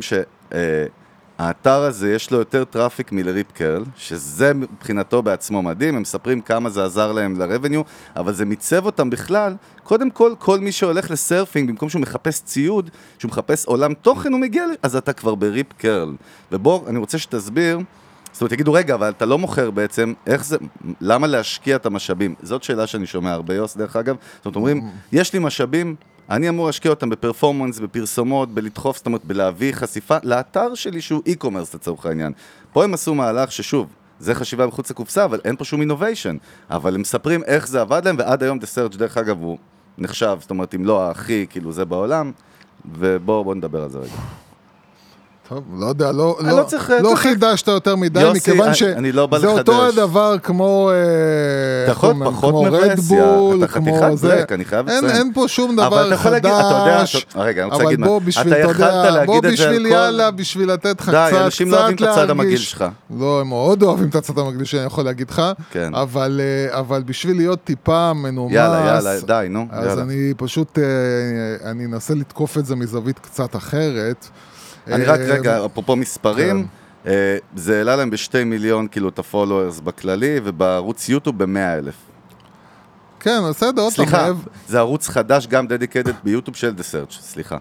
שהאתר הזה יש לו יותר טראפיק מלריפ קרל, שזה מבחינתו בעצמו מדהים, הם מספרים כמה זה עזר להם לרבניו, אבל זה מיצב אותם בכלל, קודם כל, כל מי שהולך לסרפינג, במקום שהוא מחפש ציוד, שהוא מחפש עולם תוכן, הוא מגיע, אז אתה כבר בריפ קרל. ובוא, אני רוצה שתסביר, זאת אומרת, תגידו, רגע, אבל אתה לא מוכר בעצם, איך זה, למה להשקיע את המשאבים? זאת שאלה שאני שומע הרבה, יוס, דרך אגב. זאת אומרת, אומרים, יש לי משאבים, אני אמור להשקיע אותם בפרפורמנס, בפרסומות, בלדחוף, זאת אומרת, בלהביא חשיפה לאתר שלי שהוא אי-קומרס לצורך העניין. פה הם עשו מהלך ששוב, זה חשיבה מחוץ לקופסה, אבל אין פה שום אינוביישן. אבל הם מספרים איך זה עבד להם, ועד היום The Search, דרך אגב, הוא נחשב, זאת אומרת, אם לא הכי, כאילו זה בעולם, ובואו בוא נדבר על זה רגע. טוב, לא יודע, לא, לא, לא, צריך, לא צריך... חידשת יותר מדי, יוסי, מכיוון שזה לא אותו הדבר כמו פחות, פחות רדבול, אתה חתיכת ברק, אני חייב לציין. אין, אין פה שום דבר חדש, להגיד, אתה יודע, אתה, רגע, אני רוצה להגיד מה, אתה יכלת להגיד את זה על כל... בוא בשביל יאללה, בשביל לתת לך קצת, די, אנשים לא אוהבים את הצד המגעיל שלך. לא, הם מאוד אוהבים את הצד המגעיל שאני יכול להגיד לך, כן. אבל, אבל בשביל להיות טיפה מנומס, יאללה, יאללה, די, נו, אז יאללה. אני פשוט, אני אנסה לתקוף את זה מזווית קצת אחרת, אני רק רגע, אפרופו מספרים, זה העלה להם בשתי מיליון כאילו את הפולוורס בכללי, ובערוץ יוטיוב במאה אלף. כן, בסדר, עוד פעם. סליחה, זה ערוץ חדש גם דדיקטד ביוטיוב של The Search, סליחה.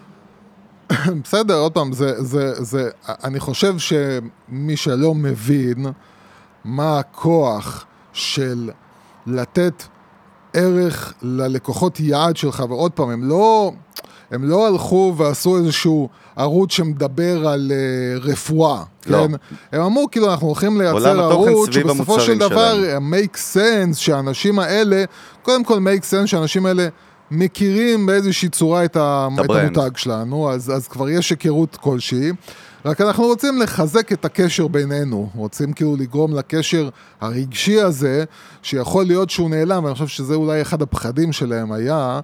בסדר, עוד פעם, זה, זה, זה, אני חושב שמי שלא מבין מה הכוח של לתת ערך ללקוחות יעד שלך, ועוד פעם, הם לא, הם לא הלכו ועשו איזשהו ערוץ שמדבר על uh, רפואה, לא. כן? הם אמרו, כאילו, אנחנו הולכים לייצר ערוץ שבסופו של דבר, make sense שהאנשים האלה, קודם כל make sense שהאנשים האלה מכירים באיזושהי צורה את, ה, את המותג שלנו, אז, אז כבר יש היכרות כלשהי, רק אנחנו רוצים לחזק את הקשר בינינו, רוצים כאילו לגרום לקשר הרגשי הזה, שיכול להיות שהוא נעלם, ואני חושב שזה אולי אחד הפחדים שלהם היה,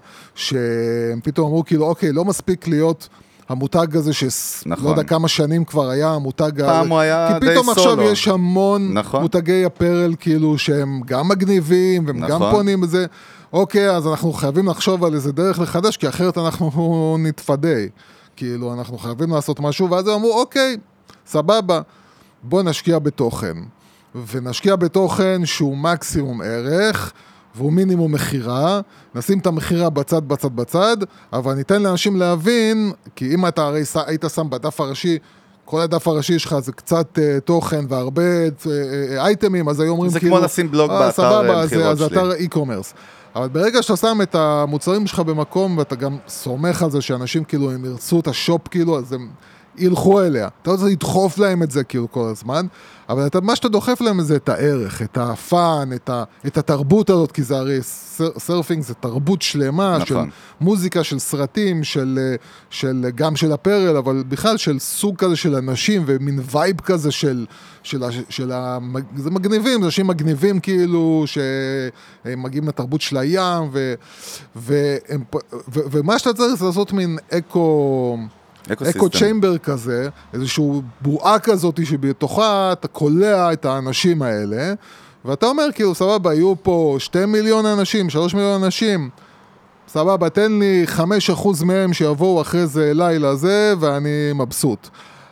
שהם פתאום אמרו כאילו, אוקיי, לא מספיק להיות המותג הזה, שלא נכון. יודע כמה שנים כבר היה המותג פעם הוא היה די סולו. כי פתאום עכשיו יש המון נכון. מותגי אפרל, כאילו, שהם גם מגניבים, והם נכון. גם פונים בזה, אוקיי, אז אנחנו חייבים לחשוב על איזה דרך לחדש, כי אחרת אנחנו נתפדי. כאילו, אנחנו חייבים לעשות משהו, ואז הם אמרו, אוקיי, סבבה, בוא נשקיע בתוכן. ונשקיע בתוכן שהוא מקסימום ערך, והוא מינימום מחירה, נשים את המחירה בצד, בצד, בצד, אבל ניתן לאנשים להבין, כי אם אתה הרי היית שם בדף הראשי, כל הדף הראשי שלך זה קצת uh, תוכן והרבה uh, אייטמים, אז היו אומרים זה כאילו... זה כמו לשים בלוג אה, באתר סבבה, מחירות אז, שלי. אז אתר אי-קומרס. אבל ברגע שאתה שם את המוצרים שלך במקום, ואתה גם סומך על זה שאנשים כאילו, הם ירצו את השופ כאילו, אז הם ילכו אליה. אתה רוצה לדחוף להם את זה כאילו כל הזמן, אבל אתה, מה שאתה דוחף להם זה את הערך, את הפאן, את, ה, את התרבות הזאת, כי זה הרי סר, סרפינג זה תרבות שלמה, נכון. של מוזיקה, של סרטים, של, של, גם של הפרל, אבל בכלל של סוג כזה של אנשים, ומין וייב כזה של, של, של, של זה מגניבים, זה אנשים מגניבים כאילו, שהם מגיעים לתרבות של הים, ו, והם, ו, ו, ומה שאתה צריך זה לעשות מין אקו... אקו צ'יימבר כזה, איזושהי בועה כזאת שבתוכה אתה קולע את האנשים האלה, ואתה אומר כאילו סבבה, יהיו פה שתי מיליון אנשים, שלוש מיליון אנשים, סבבה, תן לי חמש אחוז מהם שיבואו אחרי זה לילה זה, ואני מבסוט.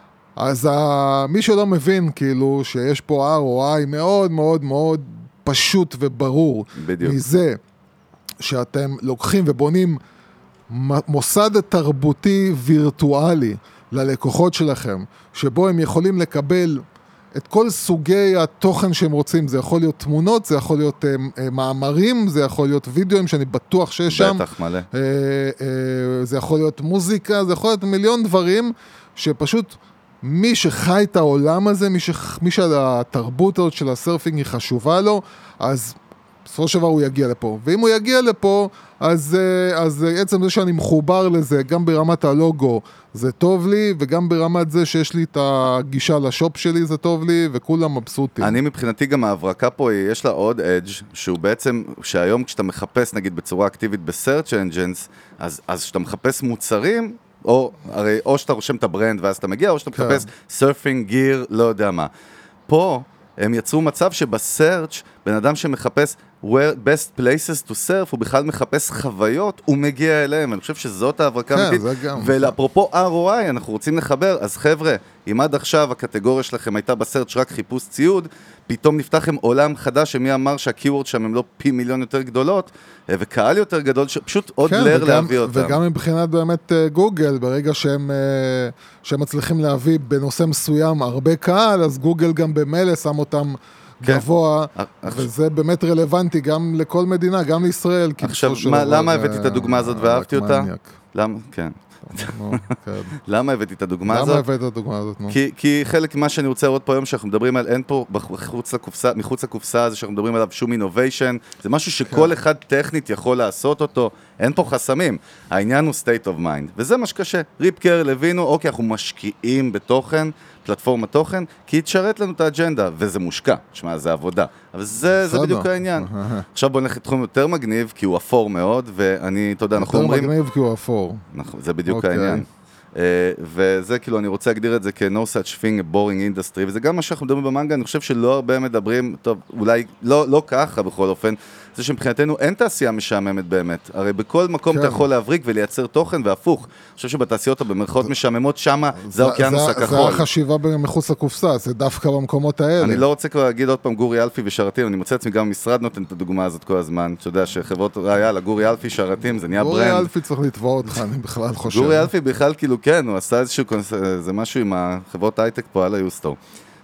אז מי שלא מבין כאילו שיש פה אר או איי מאוד מאוד מאוד פשוט וברור, בדיוק. מזה שאתם לוקחים ובונים מוסד תרבותי וירטואלי ללקוחות שלכם, שבו הם יכולים לקבל את כל סוגי התוכן שהם רוצים, זה יכול להיות תמונות, זה יכול להיות uh, מאמרים, זה יכול להיות וידאוים שאני בטוח שיש שם. בטח, מלא. Uh, uh, זה יכול להיות מוזיקה, זה יכול להיות מיליון דברים, שפשוט מי שחי את העולם הזה, מי, ש... מי שהתרבות הזאת של הסרפינג היא חשובה לו, אז... בסופו של דבר הוא יגיע לפה, ואם הוא יגיע לפה, אז, אז עצם זה שאני מחובר לזה, גם ברמת הלוגו זה טוב לי, וגם ברמת זה שיש לי את הגישה לשופ שלי זה טוב לי, וכולם מבסוטים. אני מבחינתי גם ההברקה פה, יש לה עוד אדג' שהוא בעצם, שהיום כשאתה מחפש נגיד בצורה אקטיבית בסרצ' אנג'נס, אז, אז כשאתה מחפש מוצרים, או, הרי, או שאתה רושם את הברנד ואז אתה מגיע, או שאתה כן. מחפש סרפינג, גיר, לא יודע מה. פה הם יצרו מצב שבסרצ' בן אדם שמחפש where best places to surf, הוא בכלל מחפש חוויות, הוא מגיע אליהם, אני חושב שזאת ההברקה כן, אמיתית. ולאפרופו אר או איי, אנחנו רוצים לחבר, אז חבר'ה, אם עד עכשיו הקטגוריה שלכם הייתה בסרצ' רק חיפוש ציוד, פתאום נפתח עם עולם חדש, שמי אמר שהקיוורד שם הם לא פי מיליון יותר גדולות, וקהל יותר גדול, פשוט עוד כן, לר וגם, להביא אותם. וגם מבחינת באמת גוגל, ברגע שהם, שהם מצליחים להביא בנושא מסוים הרבה קהל, אז גוגל גם במילא שם אותם גבוה, וזה באמת רלוונטי גם לכל מדינה, גם לישראל. עכשיו, למה הבאתי את הדוגמה הזאת ואהבתי אותה? למה? כן. למה הבאתי את הדוגמה הזאת? למה הבאתי את הדוגמה הזאת? כי חלק מה שאני רוצה לראות פה היום שאנחנו מדברים על, אין פה מחוץ לקופסה הזה שאנחנו מדברים עליו שום innovation, זה משהו שכל אחד טכנית יכול לעשות אותו, אין פה חסמים. העניין הוא state of mind, וזה מה שקשה. ריפ קרל הבינו, אוקיי, אנחנו משקיעים בתוכן, פלטפורמת תוכן, כי היא תשרת לנו את האג'נדה, וזה מושקע, תשמע, זה עבודה. אבל זה, זה בדיוק העניין. עכשיו בוא נלך לתחום יותר מגניב, כי הוא אפור מאוד, ואני, אתה יודע, אנחנו אומרים... יותר מגניב כי הוא אפור. נכון, זה בדיוק העניין. וזה כאילו, אני רוצה להגדיר את זה כ-no such thing, a boring industry, וזה גם מה שאנחנו מדברים במנגה, אני חושב שלא הרבה מדברים, טוב, אולי לא, לא ככה בכל אופן, זה שמבחינתנו אין תעשייה משעממת באמת, הרי בכל מקום כן. אתה יכול להבריק ולייצר תוכן והפוך, אני חושב שבתעשיות במרכאות משעממות, שמה זה האוקיינוס הכחול. זה החשיבה מחוץ לקופסה, זה דווקא במקומות האלה. אני לא רוצה כבר להגיד עוד פעם גורי אלפי ושרתים, אני מוצא עצמי גם המשרד נותן את הדוגמה הזאת כל הזמן, אתה יודע שחברות ראיה לגורי אלפי שרתים, זה נהיה ברנד. גורי אלפי צריך לתבוע אותך, אני בכלל חושב. גורי אלפי בכלל כאילו כן, הוא עשה איזשהו, זה משהו עם החברות הייטק פה על היוסטור.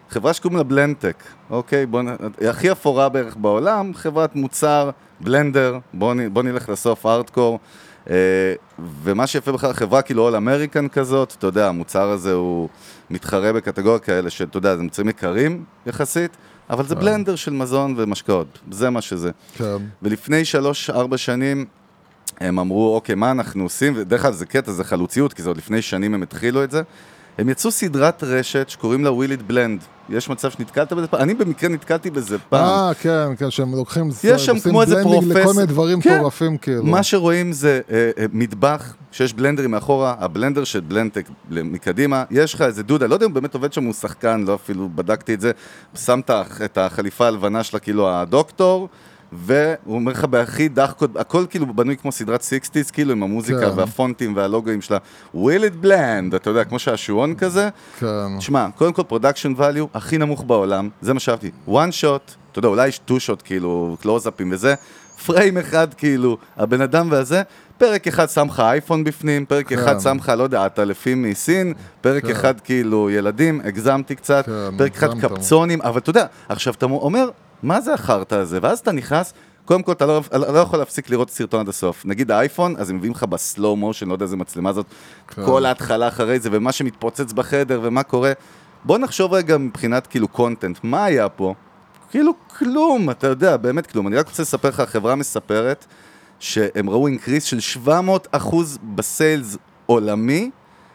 חברה שקוראים לה בלנדטק, אוקיי? בוא, הכי אפורה בערך בעולם, חברת מוצר, בלנדר, בוא, בוא נלך לסוף ארטקור, אה, ומה שיפה בכלל, חברה כאילו אול אמריקן כזאת, אתה יודע, המוצר הזה הוא מתחרה בקטגוריה כאלה, שאתה יודע, זה מוצרים יקרים יחסית, אבל זה בלנדר של מזון ומשקאות, זה מה שזה. כן. ולפני שלוש, ארבע שנים, הם אמרו, אוקיי, מה אנחנו עושים? ודרך כלל זה קטע, זה חלוציות, כי זה עוד לפני שנים הם התחילו את זה. הם יצאו סדרת רשת שקוראים לה וויליד בלנד. יש מצב שנתקלת בזה פעם? אני במקרה נתקלתי בזה פעם. אה, כן, כן, שהם לוקחים... יש שם כמו איזה פרופס... לכל מיני דברים מטורפים, כאילו. מה שרואים זה אה, אה, מטבח, שיש בלנדרים מאחורה, הבלנדר של בלנדטק מקדימה, יש לך איזה דודה, לא יודע אם באמת עובד שם הוא שחקן, לא אפילו בדקתי את זה, שמת את החליפה הלבנה שלה, כאילו הדוקטור, והוא אומר לך בהכי דחקות, הכל כאילו בנוי כמו סדרת סיקסטיז, כאילו עם המוזיקה כן. והפונטים והלוגוים שלה, וויליד בלנד, אתה יודע, כמו שהשועון כזה. כן. תשמע, קודם כל פרודקשן ואליו הכי נמוך בעולם, זה מה שאהבתי, one shot, אתה יודע, אולי יש two shot, כאילו, קלוזאפים וזה, פריים אחד, כאילו, הבן אדם והזה, פרק אחד שם לך אייפון בפנים, פרק כן. אחד שם לך, לא יודע, עטלפים מסין, פרק כן. אחד כאילו ילדים, הגזמתי קצת, כן, פרק אחד הגזמת. קפצונים, אבל אתה יודע, עכשיו אתה אומר, מה זה החרטא הזה? ואז אתה נכנס, קודם כל אתה לא, לא יכול להפסיק לראות סרטון עד הסוף. נגיד האייפון, אז הם מביאים לך בסלואו מושן, לא יודע איזה מצלמה זאת, כן. כל ההתחלה אחרי זה, ומה שמתפוצץ בחדר, ומה קורה. בוא נחשוב רגע מבחינת כאילו קונטנט, מה היה פה? כאילו כלום, אתה יודע, באמת כלום. אני רק רוצה לספר לך, החברה מספרת, שהם ראו אינקריס של שבע מאות אחוז בסיילס עולמי,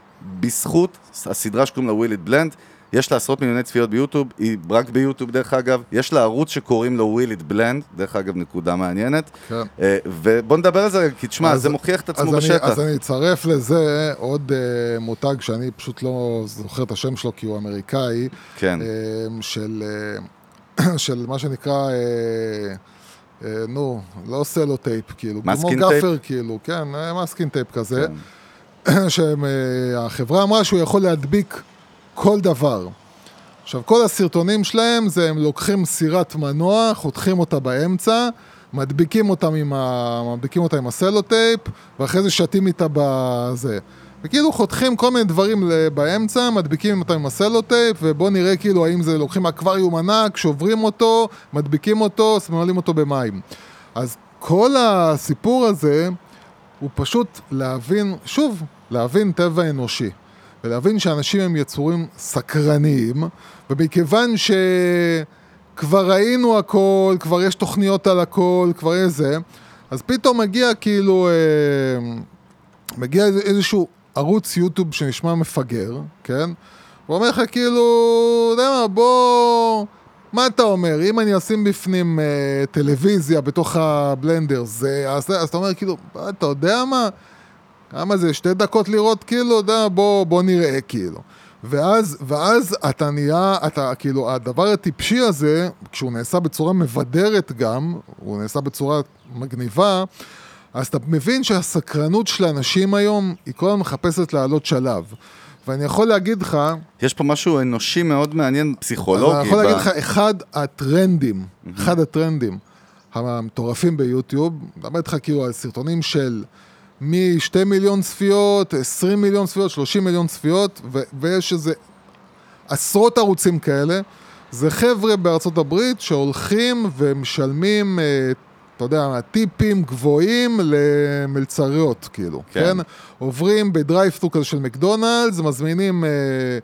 בזכות הסדרה שקוראים לה וויליד בלנד, יש לה עשרות מיליוני צפיות ביוטיוב, היא רק ביוטיוב דרך אגב, יש לה ערוץ שקוראים לו וויליד בלנד, דרך אגב נקודה מעניינת, כן. ובוא נדבר על זה, כי תשמע, זה מוכיח את עצמו אז בשטח. אני, אז אני אצרף לזה עוד uh, מותג שאני פשוט לא זוכר את השם שלו, כי הוא אמריקאי, כן. uh, של, uh, של מה שנקרא, uh, uh, נו, לא סלוטייפ, כאילו, כמו מסקין גאפר, טייפ? כאילו, כן, מסקין טייפ כזה, כן. שהחברה אמרה שהוא יכול להדביק כל דבר. עכשיו, כל הסרטונים שלהם זה הם לוקחים סירת מנוע, חותכים אותה באמצע, מדביקים אותם עם, ה... מדביקים אותה עם הסלוטייפ, ואחרי זה שתים איתה בזה. וכאילו חותכים כל מיני דברים באמצע, מדביקים אותם עם הסלוטייפ, ובוא נראה כאילו האם זה לוקחים אקווריום ענק, שוברים אותו, מדביקים אותו, ממלאים אותו במים. אז כל הסיפור הזה הוא פשוט להבין, שוב, להבין טבע אנושי. ולהבין שאנשים הם יצורים סקרניים, ומכיוון שכבר ראינו הכל, כבר יש תוכניות על הכל, כבר יש זה, אז פתאום מגיע כאילו, מגיע איזשהו ערוץ יוטיוב שנשמע מפגר, כן? הוא אומר לך כאילו, יודע מה, בוא, מה אתה אומר? אם אני אשים בפנים אה, טלוויזיה בתוך הבלנדר, זה, אז, אז אתה אומר כאילו, אתה יודע מה? כמה זה, שתי דקות לראות, כאילו, יודע, בוא, בוא נראה, כאילו. ואז, ואז אתה נהיה, אתה, כאילו, הדבר הטיפשי הזה, כשהוא נעשה בצורה מבדרת גם, הוא נעשה בצורה מגניבה, אז אתה מבין שהסקרנות של האנשים היום, היא כל הזמן מחפשת לעלות שלב. ואני יכול להגיד לך... יש פה משהו אנושי מאוד מעניין, פסיכולוגי. אני יכול להגיד לך, אחד הטרנדים, אחד הטרנדים המטורפים ביוטיוב, מדבר איתך כאילו על סרטונים של... משתי מיליון צפיות, עשרים מיליון צפיות, שלושים מיליון צפיות, ו- ויש איזה עשרות ערוצים כאלה. זה חבר'ה בארצות הברית שהולכים ומשלמים, אתה יודע, טיפים גבוהים למלצריות, כאילו, כן? כן? עוברים בדרייב-טרו כזה של מקדונלדס, מזמינים אה,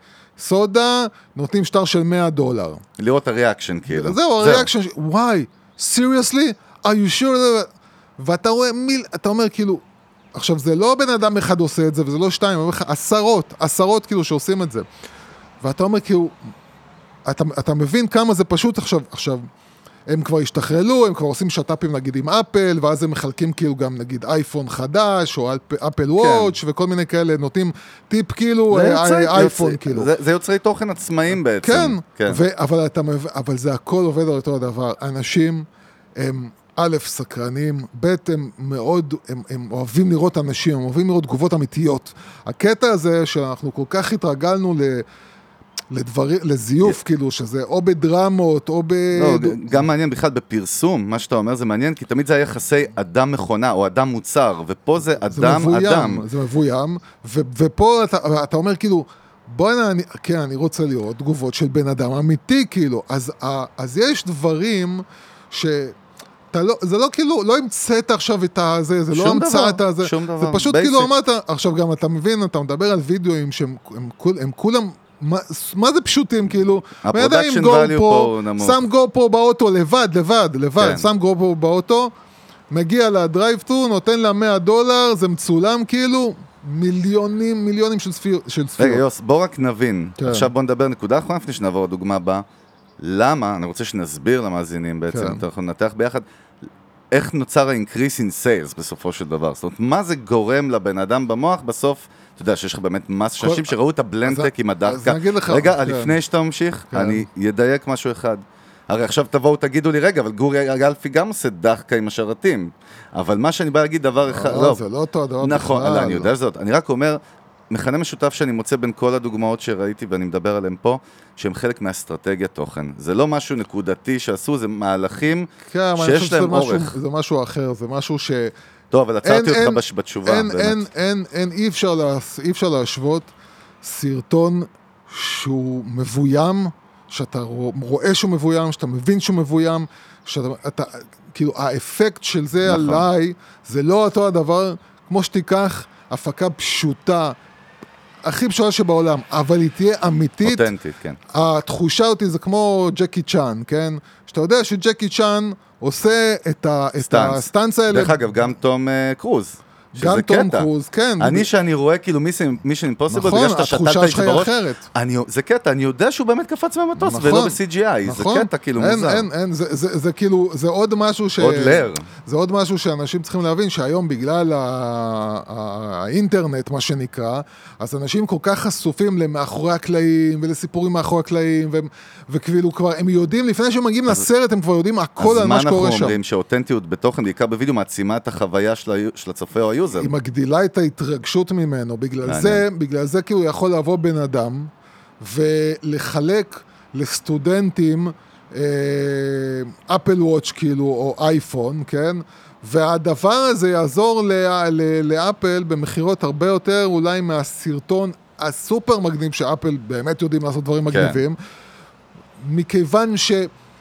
סודה, נותנים שטר של מאה דולר. לראות הריאקשן, כאילו. זהו, הריאקשן, וואי, seriously? are you sure? ואתה רואה מיל, אתה אומר כאילו, עכשיו, זה לא בן אדם אחד עושה את זה, וזה לא שתיים, אומר לך, עשרות, עשרות כאילו שעושים את זה. ואתה אומר כאילו, אתה, אתה מבין כמה זה פשוט עכשיו, עכשיו, הם כבר השתחרלו, הם כבר עושים שטאפים נגיד עם אפל, ואז הם מחלקים כאילו גם נגיד אייפון חדש, או אפל וואץ' כן. וכל מיני כאלה, נותנים טיפ כאילו, יוצרי, אייפון יוצרי, כאילו. זה, זה יוצרי תוכן עצמאיים בעצם. כן, כן. ו, אבל, אתה, אבל זה הכל עובד על אותו הדבר. אנשים הם... א', סקרנים, ב', הם מאוד, הם, הם אוהבים לראות אנשים, הם אוהבים לראות תגובות אמיתיות. הקטע הזה שאנחנו כל כך התרגלנו ל, לדברים, לזיוף, yeah. כאילו, שזה או בדרמות, או ב... לא, גם מעניין בכלל בפרסום, מה שאתה אומר זה מעניין, כי תמיד זה היחסי אדם מכונה, או אדם מוצר, ופה זה אדם זה מבוים, אדם. זה מבוים, ו, ופה אתה, אתה אומר כאילו, בוא'נה, אני, כן, אני רוצה לראות תגובות של בן אדם אמיתי, כאילו. אז, אז יש דברים ש... לא, זה לא כאילו, לא המצאת עכשיו את הזה, זה לא המצאת הזה, שום דבר, זה פשוט basic. כאילו אמרת, עכשיו גם אתה מבין, אתה מדבר על וידאוים שהם הם, הם, הם כולם, מה, מה זה פשוטים כאילו? הפרודקשן value פה הוא נמוך. שם גו פרו באוטו לבד, לבד, לבד, כן. שם גו פרו באוטו, מגיע לדרייב-טרו, נותן לה מאה דולר, זה מצולם כאילו, מיליונים, מיליונים של ספיר, של ספיר. רגע, יוס, בוא רק נבין, כן. עכשיו בוא נדבר נקודה אחרונה, לפני שנעבור לדוגמה הבאה, למה, אני רוצה שנסביר למאזינים בעצם, כן. אנחנו ננתח ביחד, איך נוצר ה-increase in sales בסופו של דבר, זאת אומרת, מה זה גורם לבן אדם במוח בסוף, אתה יודע שיש לך באמת מס שנשים שראו את הבלנדטק עם הדחקה. רגע, לפני שאתה ממשיך, אני ידייק משהו אחד. הרי עכשיו תבואו תגידו לי, רגע, אבל גורי אלפי גם עושה דחקה עם השרתים. אבל מה שאני בא להגיד דבר אחד, לא, זה לא אותו הדבר בכלל. נכון, אני יודע זאת. אני רק אומר, מכנה משותף שאני מוצא בין כל הדוגמאות שראיתי ואני מדבר עליהם פה, שהם חלק מהאסטרטגיה תוכן. זה לא משהו נקודתי שעשו, זה מהלכים שיש להם אורך. זה משהו אחר, זה משהו ש... טוב, אבל עצרתי אותך בתשובה. אין, אין, אין, אין, אי אפשר, לה, אי אפשר להשוות סרטון שהוא מבוים, שאתה רואה שהוא מבוים, שאתה מבין שהוא מבוים, שאתה, אתה, כאילו, האפקט של זה נכון. עליי, זה לא אותו הדבר, כמו שתיקח הפקה פשוטה, הכי פשוטה שבעולם, אבל היא תהיה אמיתית. אותנטית, כן. התחושה אותי זה כמו ג'קי צ'אן, כן? שאתה יודע שג'קי צ'אן עושה את, ה, את הסטנס האלה. דרך אגב, גם תום uh, קרוז. גם תום קרוז, כן. אני שאני רואה כאילו מישן אימפוסיבל, נכון, התחושה שלך היא אחרת. אני, זה קטע, אני יודע שהוא באמת קפץ מהמטוס, נכון, ולא ב-סי ג'י איי, נכון, זה קטע כאילו אין, מוזר. אין, אין, זה, זה, זה כאילו, זה עוד משהו ש... עוד לר. זה עוד משהו שאנשים צריכים להבין, שהיום בגלל ה... האינטרנט, מה שנקרא, אז אנשים כל כך חשופים למאחורי הקלעים, ולסיפורים מאחורי הקלעים, ו... וכאילו כבר, הם יודעים, לפני שהם מגיעים אז... לסרט, הם כבר יודעים הכל על מה שקורה שם. אז מה אנחנו אומרים, שאותנטיות בתוכן, בעיקר בווידאו, מעצימה את החוויה של, של הצופה או היוזר. היא מגדילה את ההתרגשות ממנו, בגלל זה, בגלל זה כי הוא יכול לבוא בן אדם, ולחלק לסטודנטים אפל וואץ' כאילו, או אייפון, כן? והדבר הזה יעזור לאפל במחירות הרבה יותר, אולי מהסרטון הסופר מגניב, שאפל באמת יודעים לעשות דברים מגניבים, מכיוון ש...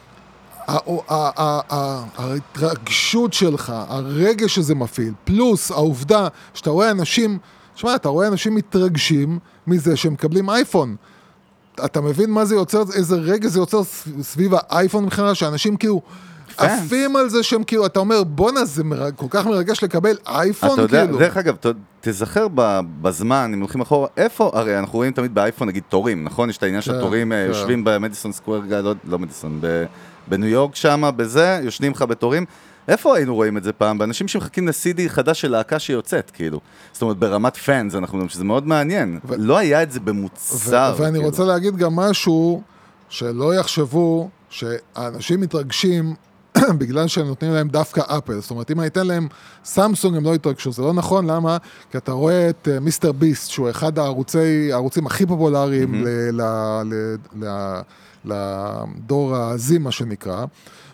ההתרגשות שלך, הרגש שזה מפעיל, פלוס העובדה שאתה רואה אנשים, שמע, אתה רואה אנשים מתרגשים מזה שהם מקבלים אייפון. אתה מבין מה זה יוצר, איזה רגע זה יוצר סביב האייפון מבחינה, שאנשים כאילו עפים על זה שהם כאילו, אתה אומר, בונה, זה כל כך מרגש לקבל אייפון כאילו. אתה יודע, דרך אגב, תזכר בזמן, אם הולכים אחורה, איפה, הרי אנחנו רואים תמיד באייפון, נגיד תורים, נכון? יש את העניין של תורים, יושבים במדיסון סקוואר, לא מדיסון, בניו יורק שם, בזה, יושנים לך בתורים. איפה היינו רואים את זה פעם? באנשים שמחכים ל-סי די חדש של להקה שיוצאת, כאילו. זאת אומרת, ברמת פאנס, אנחנו יודעים שזה מאוד מעניין. ו- לא היה את זה במוצר. ו- ואני כאילו. רוצה להגיד גם משהו, שלא יחשבו שהאנשים מתרגשים בגלל שהם נותנים להם דווקא אפל. זאת אומרת, אם אני אתן להם סמסונג, הם לא יתרגשו. זה לא נכון, למה? כי אתה רואה את מיסטר ביסט, שהוא אחד הערוצי, הערוצים הכי פופולריים mm-hmm. ל- ל- ל- ל- לדור הזי, מה שנקרא,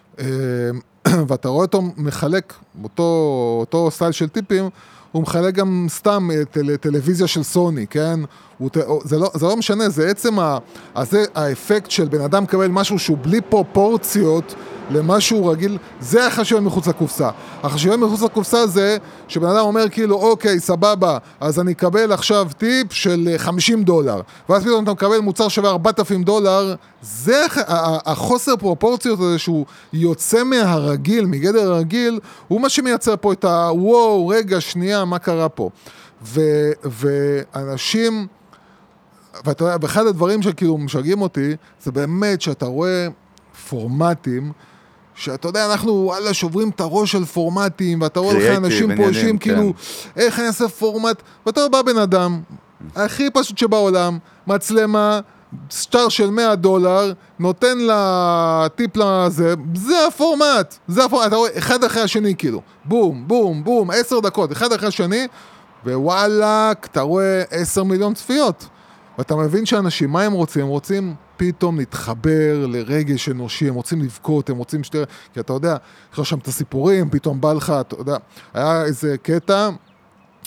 ואתה רואה אותו מחלק, אותו, אותו סטייל של טיפים, הוא מחלק גם סתם טל, טלוויזיה של סוני, כן? הוא, זה, לא, זה לא משנה, זה עצם ה, זה האפקט של בן אדם קבל משהו שהוא בלי פרופורציות למשהו רגיל, זה החשיבה מחוץ לקופסה. החשיבה מחוץ לקופסה זה שבן אדם אומר כאילו, אוקיי, סבבה, אז אני אקבל עכשיו טיפ של חמישים דולר, ואז פתאום אתה מקבל מוצר שווה ארבעת אלפים דולר, זה החוסר פרופורציות הזה שהוא יוצא מהרגיל, מגדר הרגיל, הוא מה שמייצר פה את הוואו, רגע, שנייה, מה קרה פה? ו, ואנשים, ואתה יודע, באחד הדברים שכאילו משגעים אותי, זה באמת שאתה רואה פורמטים, שאתה יודע, אנחנו וואלה שוברים את הראש של פורמטים, ואתה רואה לך אנשים פה יושבים כאילו, איך אני אעשה פורמט, ואתה בא בן אדם, הכי פשוט שבעולם, מצלמה, שטר של מאה דולר, נותן לה טיפ לזה, זה הפורמט, זה הפורמט, אתה רואה, אחד אחרי השני כאילו, בום, בום, בום, עשר דקות, אחד אחרי השני, ווואלה, אתה רואה עשר מיליון צפיות, ואתה מבין שאנשים, מה הם רוצים? הם רוצים פתאום להתחבר לרגש אנושי, הם רוצים לבכות, הם רוצים שתראה, כי אתה יודע, יש שם את הסיפורים, פתאום בא לך, אתה יודע, היה איזה קטע,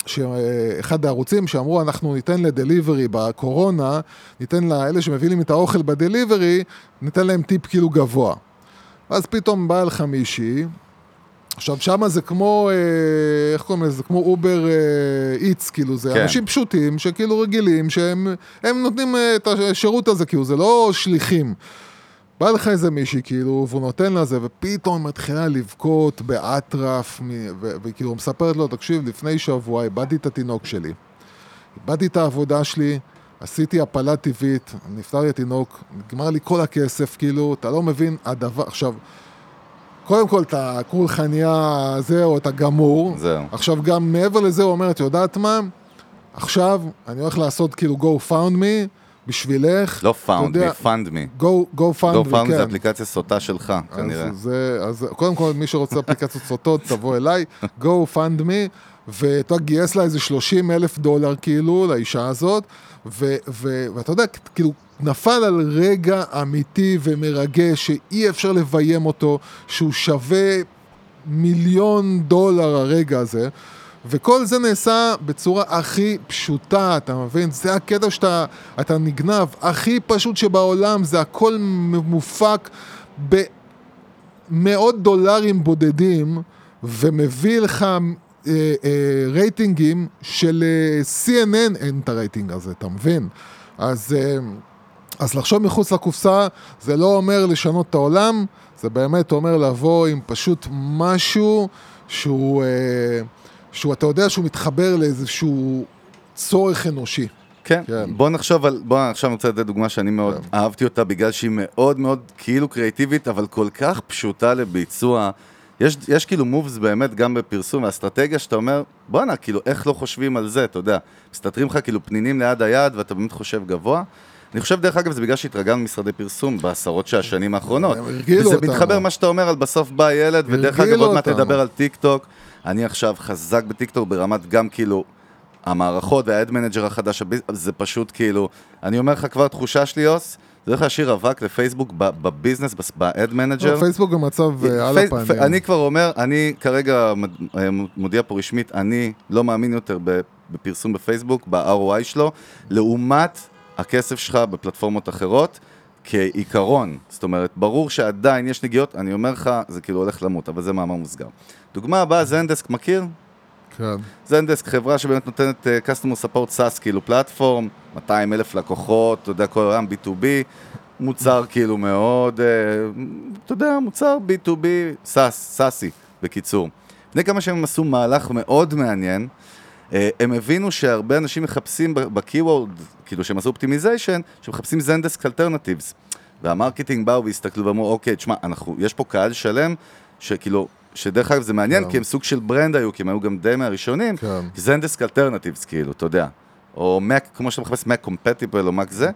שאחד הערוצים שאמרו, אנחנו ניתן לדליברי בקורונה, ניתן לאלה שמביאים את האוכל בדליברי, ניתן להם טיפ כאילו גבוה. אז פתאום בא לך מישהי, עכשיו שמה זה כמו, איך קוראים לזה, זה כמו אובר איץ, כאילו זה כן. אנשים פשוטים שכאילו רגילים, שהם נותנים את השירות הזה, כאילו זה לא שליחים. בא לך איזה מישהי, כאילו, והוא נותן לזה, ופתאום מתחילה לבכות באטרף, וכאילו הוא מספרת לו, תקשיב, לפני שבוע איבדתי את התינוק שלי, איבדתי את העבודה שלי, עשיתי הפלה טבעית, נפטר לי התינוק, נגמר לי כל הכסף, כאילו, אתה לא מבין, הדבר, עכשיו, קודם כל, את הקורחניה הזה, או את הגמור, זהו. עכשיו גם מעבר לזה, הוא אומר, את יודעת מה? עכשיו, אני הולך לעשות כאילו go found me, בשבילך. לא found me, fund me. go, go found me, כן. go found כן. זה אפליקציה סוטה שלך, כנראה. אז, זה, אז קודם כל, מי שרוצה אפליקציות סוטות, תבוא אליי, go fund me, ואתה גייס לה איזה שלושים אלף דולר, כאילו, לאישה הזאת, ו, ו, ואתה יודע, כאילו, נפל על רגע אמיתי ומרגש, שאי אפשר לביים אותו, שהוא שווה מיליון דולר הרגע הזה, וכל זה נעשה בצורה הכי פשוטה, אתה מבין? זה הקטע שאתה אתה נגנב, הכי פשוט שבעולם, זה הכל מופק במאות דולרים בודדים, ומביא לך אה, אה, רייטינגים של אה, סי אן אן, אין את הרייטינג הזה, אתה מבין? אז, אה, אז לחשוב מחוץ לקופסה, זה לא אומר לשנות את העולם, זה באמת אומר לבוא עם פשוט משהו שהוא... אה, שהוא, אתה יודע שהוא מתחבר לאיזשהו צורך אנושי. כן, כן. בוא נחשוב על, בוא עכשיו אני רוצה לתת דוגמה שאני מאוד כן. אהבתי אותה, בגלל שהיא מאוד מאוד כאילו קריאטיבית, אבל כל כך פשוטה לביצוע. יש, יש כאילו מובס באמת גם בפרסום, האסטרטגיה שאתה אומר, בוא נה, כאילו איך לא חושבים על זה, אתה יודע, מסתתרים לך כאילו פנינים ליד היד, ואתה באמת חושב גבוה. אני חושב דרך אגב, זה בגלל שהתרגלנו משרדי פרסום בעשרות של השנים האחרונות. וזה מתחבר מה שאתה אומר על בסוף בא ילד, ודרך אגב עוד מה תדבר על טיק טוק. אני עכשיו חזק בטיקטוק ברמת גם כאילו המערכות והאד מנג'ר החדש, זה פשוט כאילו, אני אומר לך כבר תחושה שלי יוס, זה הולך להשאיר אבק לפייסבוק בביזנס, באד מנג'ר. פייסבוק במצב על הפנים. אני כבר אומר, אני כרגע מודיע פה רשמית, אני לא מאמין יותר בפרסום בפייסבוק, ב-אר או איי שלו, לעומת הכסף שלך בפלטפורמות אחרות, כעיקרון, זאת אומרת, ברור שעדיין יש נגיעות, אני אומר לך, זה כאילו הולך למות, אבל זה מאמר מוסגר. דוגמה הבאה, זנדסק, מכיר? כן. זנדסק, חברה שבאמת נותנת uh, Customer Support סאס, כאילו פלטפורם, מאתיים אלף לקוחות, אתה יודע, כל העולם בי טו בי, מוצר כאילו מאוד, uh, אתה יודע, מוצר בי טו בי, סאס, סאסי, בקיצור. לפני כמה שהם עשו מהלך מאוד מעניין, uh, הם הבינו שהרבה אנשים מחפשים בקיוורד, כאילו שהם עשו אופטימיזיישן, שמחפשים זנדסק אלטרנטיבס. והמרקטינג באו והסתכלו ואמרו, אוקיי, תשמע, אנחנו, יש פה קהל שלם, שכאילו, שדרך אגב זה מעניין, כי הם סוג של ברנד היו, כי הם היו גם די מהראשונים, זנדסק אלטרנטיבס, כאילו, אתה יודע. או Mac, כמו שאתה מחפש, Mac Compatible או Mac זה.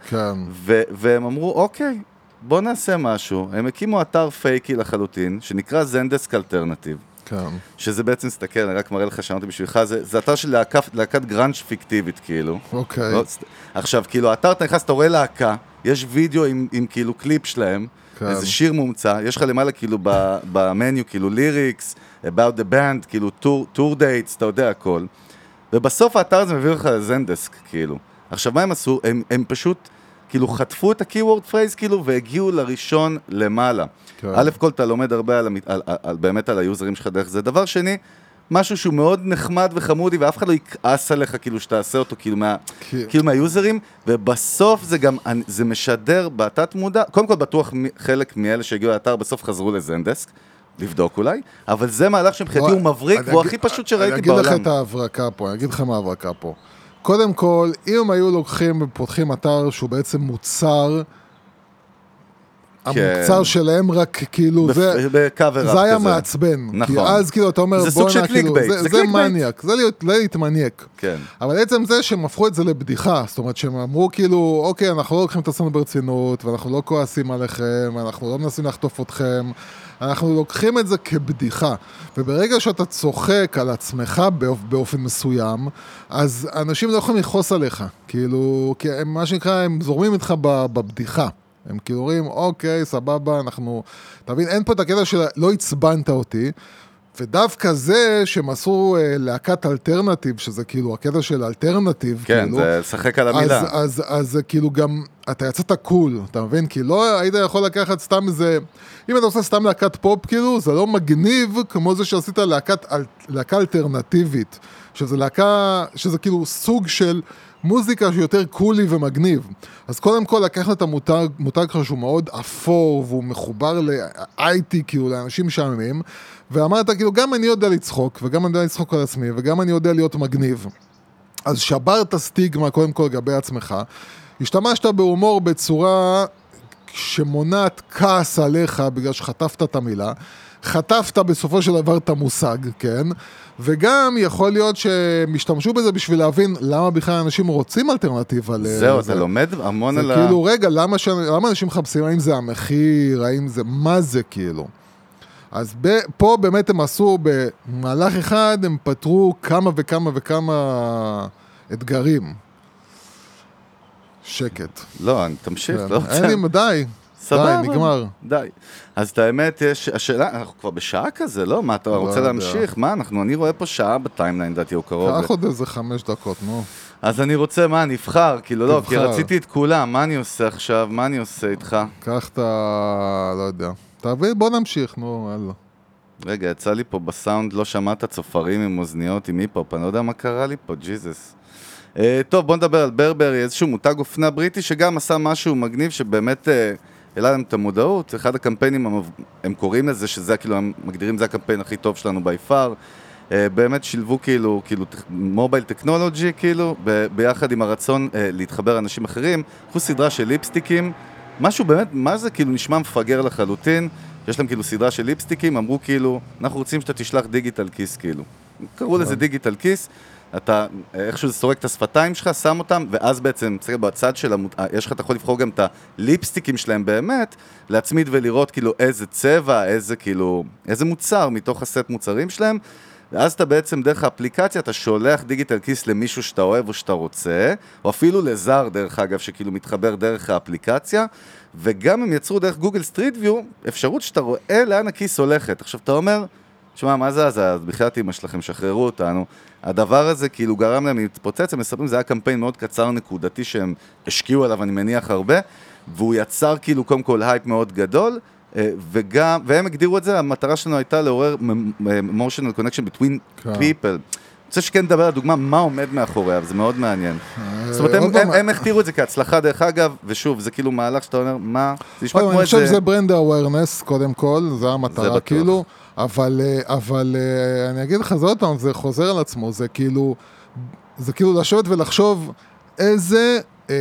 והם אמרו, אוקיי, בוא נעשה משהו. הם הקימו אתר פייקי לחלוטין, שנקרא זנדסק אלטרנטיב. שזה בעצם, סתכל, אני רק מראה לך, שאמרתי בשבילך, זה אתר של להקת גרנג' פיקטיבית, כאילו. אוקיי. עכשיו, כאילו, האתר אתה נכנס, אתה רואה להקה, יש וידאו עם, עם כאילו קליפ שלהם, איזה שיר מומצא, יש לך למעלה כאילו במניו, כאילו ליריקס, about the band, כאילו tour dates, אתה יודע הכל. ובסוף האתר הזה מביא לך לזנדסק, כאילו. עכשיו, מה הם עשו? הם, הם פשוט, כאילו, חטפו את ה-keyword phrase, כאילו, והגיעו לראשון למעלה. א' כל, אתה לומד הרבה על, על, על, על, באמת על היוזרים שלך דרך זה. דבר שני, משהו שהוא מאוד נחמד וחמודי, ואף אחד לא יקעס עליך, כאילו, שתעשה אותו, כאילו, מה, כאילו, מהיוזרים, ובסוף זה גם, זה משדר בתת מודע, קודם כל בטוח חלק מאלה שהגיעו לאתר, בסוף חזרו לזנדסק, לבדוק אולי, אבל זה מהלך שמבחינתי הוא מבריק, והוא הכי פשוט שראיתי בעולם. אני אגיד לך את ההברקה פה, אני אגיד לך מה ההברקה פה. קודם כל, אם הם היו לוקחים ופותחים אתר שהוא בעצם מוצר, המוצר שלהם רק כאילו, זה היה מעצבן. נכון. כי אז כאילו אתה אומר, זה סוג של קליק בייט. זה מניאק, זה להתמניאק. אבל בעצם זה שהם הפכו את זה לבדיחה, זאת אומרת שהם אמרו כאילו, אוקיי, אנחנו לא לוקחים את עצמנו ברצינות, ואנחנו לא כועסים עליכם, אנחנו לא מנסים לחטוף אתכם, אנחנו לוקחים את זה כבדיחה. וברגע שאתה צוחק על עצמך באופן מסוים, אז אנשים לא יכולים לחוס עליך. כאילו, כי הם, מה שנקרא, הם זורמים איתך בבדיחה. הם כאילו רואים, אוקיי, סבבה, אנחנו... תבין, אין פה את הקטע של לא הצבנת אותי, ודווקא זה שהם עשו אה, להקת אלטרנטיב, שזה כאילו הקטע של אלטרנטיב, כן, כאילו, זה לשחק על המילה. אז, אז, אז זה כאילו גם, אתה יצאת קול, אתה מבין? כי לא היית יכול לקחת סתם איזה, אם אתה עושה סתם להקת פופ, כאילו, זה לא מגניב כמו זה שעשית להקת, להקה אלטרנטיבית, שזה להקה, שזה כאילו סוג של מוזיקה שיותר קולי ומגניב. אז קודם כל לקחת את המותג, מותג שהוא מאוד אפור, והוא מחובר ל-איי טי, כאילו, לאנשים שעממים, ואמרת, כאילו, גם אני יודע לצחוק, וגם אני יודע לצחוק על עצמי, וגם אני יודע להיות מגניב. אז שברת סטיגמה, קודם כל, לגבי עצמך. השתמשת בהומור בצורה שמונעת כעס עליך, בגלל שחטפת את המילה. חטפת בסופו של דבר את המושג, כן? וגם יכול להיות שהם השתמשו בזה בשביל להבין למה בכלל אנשים רוצים אלטרנטיבה. זהו, אתה לומד המון על ה... זה כאילו, רגע, למה, ש... למה אנשים מחפשים? האם זה המחיר? האם זה... מה זה כאילו? אז ב... פה באמת הם עשו, במהלך אחד, הם פתרו כמה וכמה וכמה אתגרים. שקט. לא, אני תמשיך, כן. לא רוצה. אין לי, די. סבבה. די, נגמר. די. אז את האמת, יש, השאלה, אנחנו כבר בשעה כזה, לא? מה, אתה לא רוצה יודע. להמשיך? מה, אנחנו, אני רואה פה שעה בטיימליין, דעתי, הוא קרוב. קח עוד איזה חמש דקות, נו. אז אני רוצה, מה, נבחר? כאילו לא, כי תבחר. רציתי את כולם, מה אני עושה עכשיו? מה אני עושה איתך? קח את ה... לא יודע. תביא, בוא נמשיך, נו, אללה. רגע, יצא לי פה בסאונד, לא שמעת צופרים עם אוזניות, עם היפ-הופ, אני לא יודע מה קרה לי פה, ג'יזוס. Uh, טוב, בוא נדבר על ברברי, איזשהו מותג אופנה בריטי שגם עשה משהו מגניב שבאמת uh, העלה להם את המודעות. אחד הקמפיינים, הם, הם קוראים לזה שזה כאילו, הם מגדירים זה הקמפיין הכי טוב שלנו ביפר. Uh, באמת שילבו כאילו, כאילו מובייל טכנולוגי כאילו, ב- ביחד עם הרצון uh, להתחבר אנשים אחרים. קחו סדרה של ליפסטיקים, משהו באמת, מה זה כאילו נשמע מפגר לחלוטין. יש להם כאילו סדרה של ליפסטיקים, אמרו כאילו, אנחנו רוצים שאתה תשלח דיגיטל כיס כאילו. קראו לזה דיגיטל כיס. אתה, איכשהו זה סורק את השפתיים שלך, שם אותם, ואז בעצם, צריך בצד של המות... יש לך, אתה יכול לבחור גם את הליפסטיקים שלהם באמת, להצמיד ולראות כאילו איזה צבע, איזה כאילו, איזה מוצר מתוך הסט מוצרים שלהם, ואז אתה בעצם דרך האפליקציה, אתה שולח דיגיטל כיס למישהו שאתה אוהב או שאתה רוצה, או אפילו לזר דרך אגב, שכאילו מתחבר דרך האפליקציה, וגם הם יצרו דרך גוגל סטריט ויו, אפשרות שאתה רואה לאן הכיס הולכת. עכשיו אתה אומר, תשמע, מה זה אז? אז בחייאת אמא שלכם, שחררו אותנו. הדבר הזה כאילו גרם להם להתפוצץ, הם מספרים, זה היה קמפיין מאוד קצר נקודתי שהם השקיעו עליו, אני מניח הרבה, והוא יצר כאילו קודם כל הייפ מאוד גדול, וגם, והם הגדירו את זה, המטרה שלנו הייתה לעורר emotional connection between people. אני רוצה שכן נדבר על דוגמה, מה עומד מאחוריה, וזה מאוד מעניין. זאת אומרת, הם, הם, הם הכתירו את זה כהצלחה דרך אגב, ושוב, זה כאילו מהלך שאתה אומר, מה? זה נשמע כמו אני איזה... חושב שזה ברנד אווירנס, קודם כל, זה המטרה, כאילו, אבל, אבל אני אגיד לך, זה עוד פעם, זה חוזר על עצמו, זה כאילו, זה כאילו לשבת ולחשוב איזה,